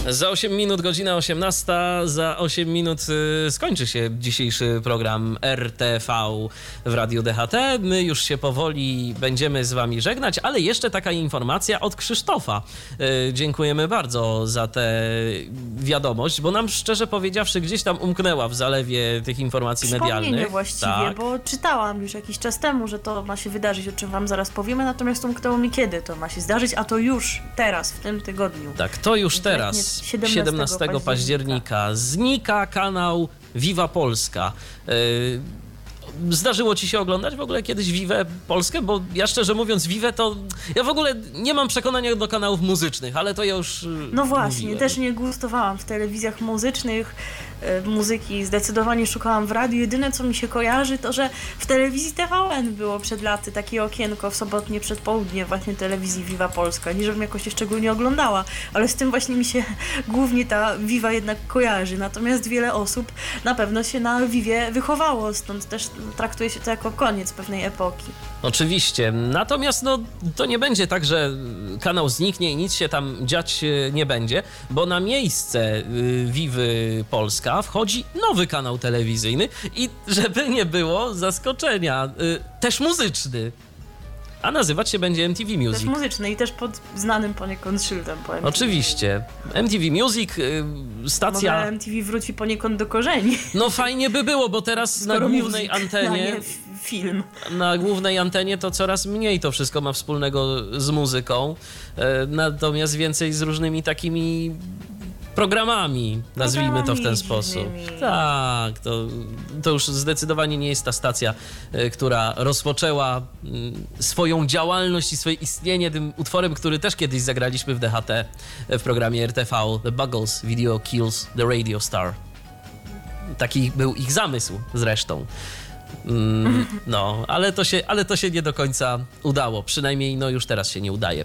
Za osiem minut, godzina osiemnasta. Za osiem minut y, skończy się dzisiejszy program R T V w Radiu D H T. My już się powoli będziemy z wami żegnać, ale jeszcze taka informacja od Krzysztofa. Y, dziękujemy bardzo za tę wiadomość, bo nam szczerze powiedziawszy gdzieś tam umknęła w zalewie tych informacji medialnych. Właściwie, tak. Bo czytałam już jakiś czas temu, że to ma się wydarzyć, o czym wam zaraz powiemy, natomiast umknęło mi, kiedy to ma się zdarzyć, a to już teraz, w tym tygodniu. Tak, to już teraz, siedemnastego października, znika kanał Viva Polska. Yy, Zdarzyło ci się oglądać w ogóle kiedyś Vivę Polskę? Bo ja szczerze mówiąc Vivę to... Ja w ogóle nie mam przekonania do kanałów muzycznych, ale to ja już No właśnie, mówiłem. też nie gustowałam w telewizjach muzycznych, e, muzyki zdecydowanie szukałam w radiu. Jedyne co mi się kojarzy to, że w telewizji T V N było przed laty takie okienko w sobotnie przedpołudnie właśnie telewizji Viva Polska. Nie żebym jakoś się szczególnie oglądała, ale z tym właśnie mi się głównie ta Viva jednak kojarzy. Natomiast wiele osób na pewno się na Vivie wychowało, stąd też traktuje się to jako koniec pewnej epoki. Oczywiście, natomiast no, to nie będzie tak, że kanał zniknie i nic się tam dziać nie będzie, bo na miejsce Vivy Polska wchodzi nowy kanał telewizyjny i żeby nie było zaskoczenia, też muzyczny, a nazywać się będzie M T V Music. Też muzyczny i też pod znanym poniekąd szyldem. Po M T V. Oczywiście. M T V Music, stacja... Może M T V wróci poniekąd do korzeni. No fajnie by było, bo teraz na głównej music, antenie... a nie film. Na głównej antenie to coraz mniej to wszystko ma wspólnego z muzyką, natomiast więcej z różnymi takimi programami, nazwijmy to w ten sposób. Tak, to, to już zdecydowanie nie jest ta stacja, która rozpoczęła swoją działalność i swoje istnienie tym utworem, który też kiedyś zagraliśmy w D H T w programie R T V, The Buggles Video Kills the Radio Star. Taki był ich zamysł zresztą. Mm, no, ale to, się, ale to się nie do końca udało. Przynajmniej no już teraz się nie udaje.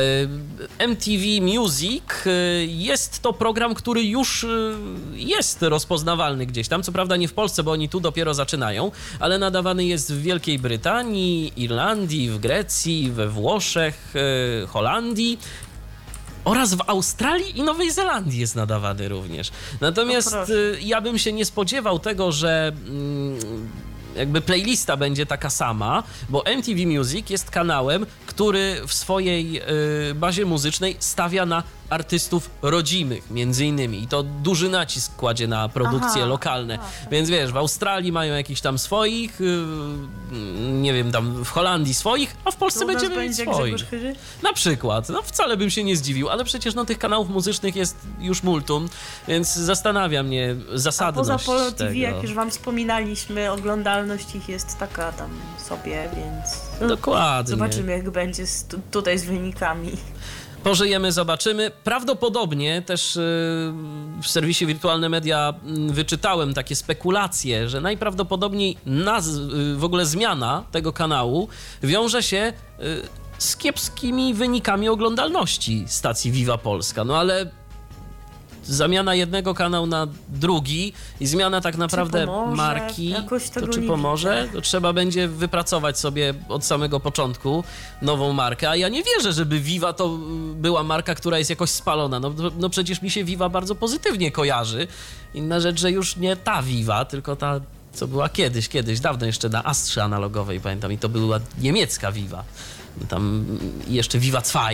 M T V Music jest to program, który już jest rozpoznawalny gdzieś tam. Co prawda nie w Polsce, bo oni tu dopiero zaczynają, ale nadawany jest w Wielkiej Brytanii, Irlandii, w Grecji, we Włoszech, Holandii. Oraz w Australii i Nowej Zelandii jest nadawany również. Natomiast ja bym się nie spodziewał tego, że mm, jakby playlista będzie taka sama, bo M T V Music jest kanałem, który w swojej y, bazie muzycznej stawia na artystów rodzimych, między innymi. I to duży nacisk kładzie na produkcje Aha. lokalne. Aha. Więc wiesz, w Australii mają jakichś tam swoich, yy, nie wiem, tam w Holandii swoich, a w Polsce to będziemy mieć swoich. Na przykład. No wcale bym się nie zdziwił, ale przecież no tych kanałów muzycznych jest już multum, więc zastanawia mnie zasadność tego. A poza Polo T V, tego. jak już wam wspominaliśmy, oglądalność ich jest taka tam sobie, więc... Dokładnie. Zobaczymy, jak będzie z, tutaj z wynikami. Pożyjemy, zobaczymy. Prawdopodobnie też w serwisie Wirtualne Media wyczytałem takie spekulacje, że najprawdopodobniej naz- w ogóle zmiana tego kanału wiąże się z kiepskimi wynikami oglądalności stacji Viva Polska. No ale zamiana jednego kanału na drugi i zmiana tak naprawdę marki, Jakoś tego to czy pomoże? To trzeba będzie wypracować sobie od samego początku nową markę, a ja nie wierzę, żeby Viva to była marka, która jest jakoś spalona. No, no przecież mi się Viva bardzo pozytywnie kojarzy. Inna rzecz, że już nie ta Viva, tylko ta, co była kiedyś, kiedyś, dawno jeszcze na Astrze analogowej, pamiętam, i to była niemiecka Viva. Tam jeszcze Viva dwa.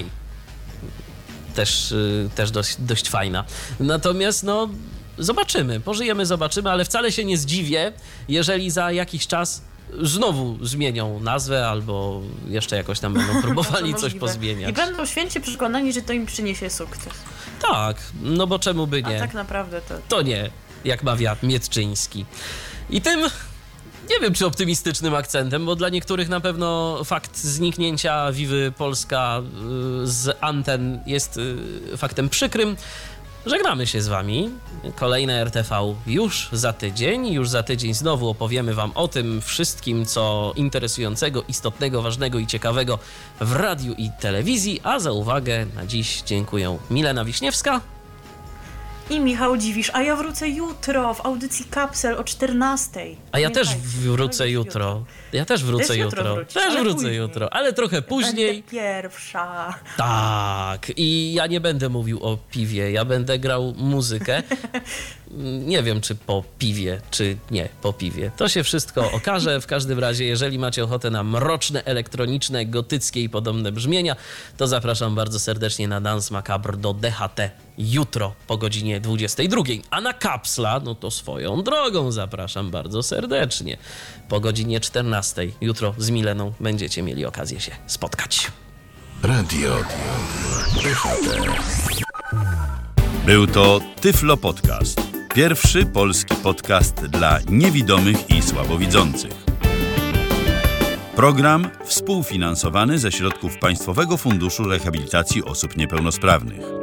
Też, też dość, dość fajna. Natomiast no zobaczymy, pożyjemy, zobaczymy, ale wcale się nie zdziwię, jeżeli za jakiś czas znowu zmienią nazwę albo jeszcze jakoś tam będą próbowali coś pozmieniać. I będą święcie przekonani, że to im przyniesie sukces. Tak, no bo czemu by nie? A tak naprawdę to... To nie, jak mawia Mietczyński. I tym... Nie wiem, czy optymistycznym akcentem, bo dla niektórych na pewno fakt zniknięcia Vivy Polska z anten jest faktem przykrym. Żegnamy się z wami. Kolejne R T V już za tydzień. Już za tydzień znowu opowiemy wam o tym wszystkim, co interesującego, istotnego, ważnego i ciekawego w radiu i telewizji. A za uwagę na dziś dziękuję Milena Wiśniewska I Michał Dziwisz, a ja wrócę jutro w audycji Kapsel o czternastej. A ja też Pamiętajcie, wrócę jutro. Ja też wrócę Też jutro jutro. wrócisz, Też ale wrócę później. jutro, ale trochę później. Będę pierwsza. Tak. I ja nie będę mówił o piwie, ja będę grał muzykę. Nie wiem, czy po piwie, czy nie po piwie. To się wszystko okaże. W każdym razie, jeżeli macie ochotę na mroczne, elektroniczne, gotyckie i podobne brzmienia, to zapraszam bardzo serdecznie na Dance Macabre do D H T jutro po godzinie dwudziestej drugiej. A na Kapsla, no to swoją drogą zapraszam bardzo serdecznie po godzinie czternastej. Jutro z Mileną będziecie mieli okazję się spotkać. Radio D H T. Był to Tyflo Podcast. Pierwszy polski podcast dla niewidomych i słabowidzących. Program współfinansowany ze środków Państwowego Funduszu Rehabilitacji Osób Niepełnosprawnych.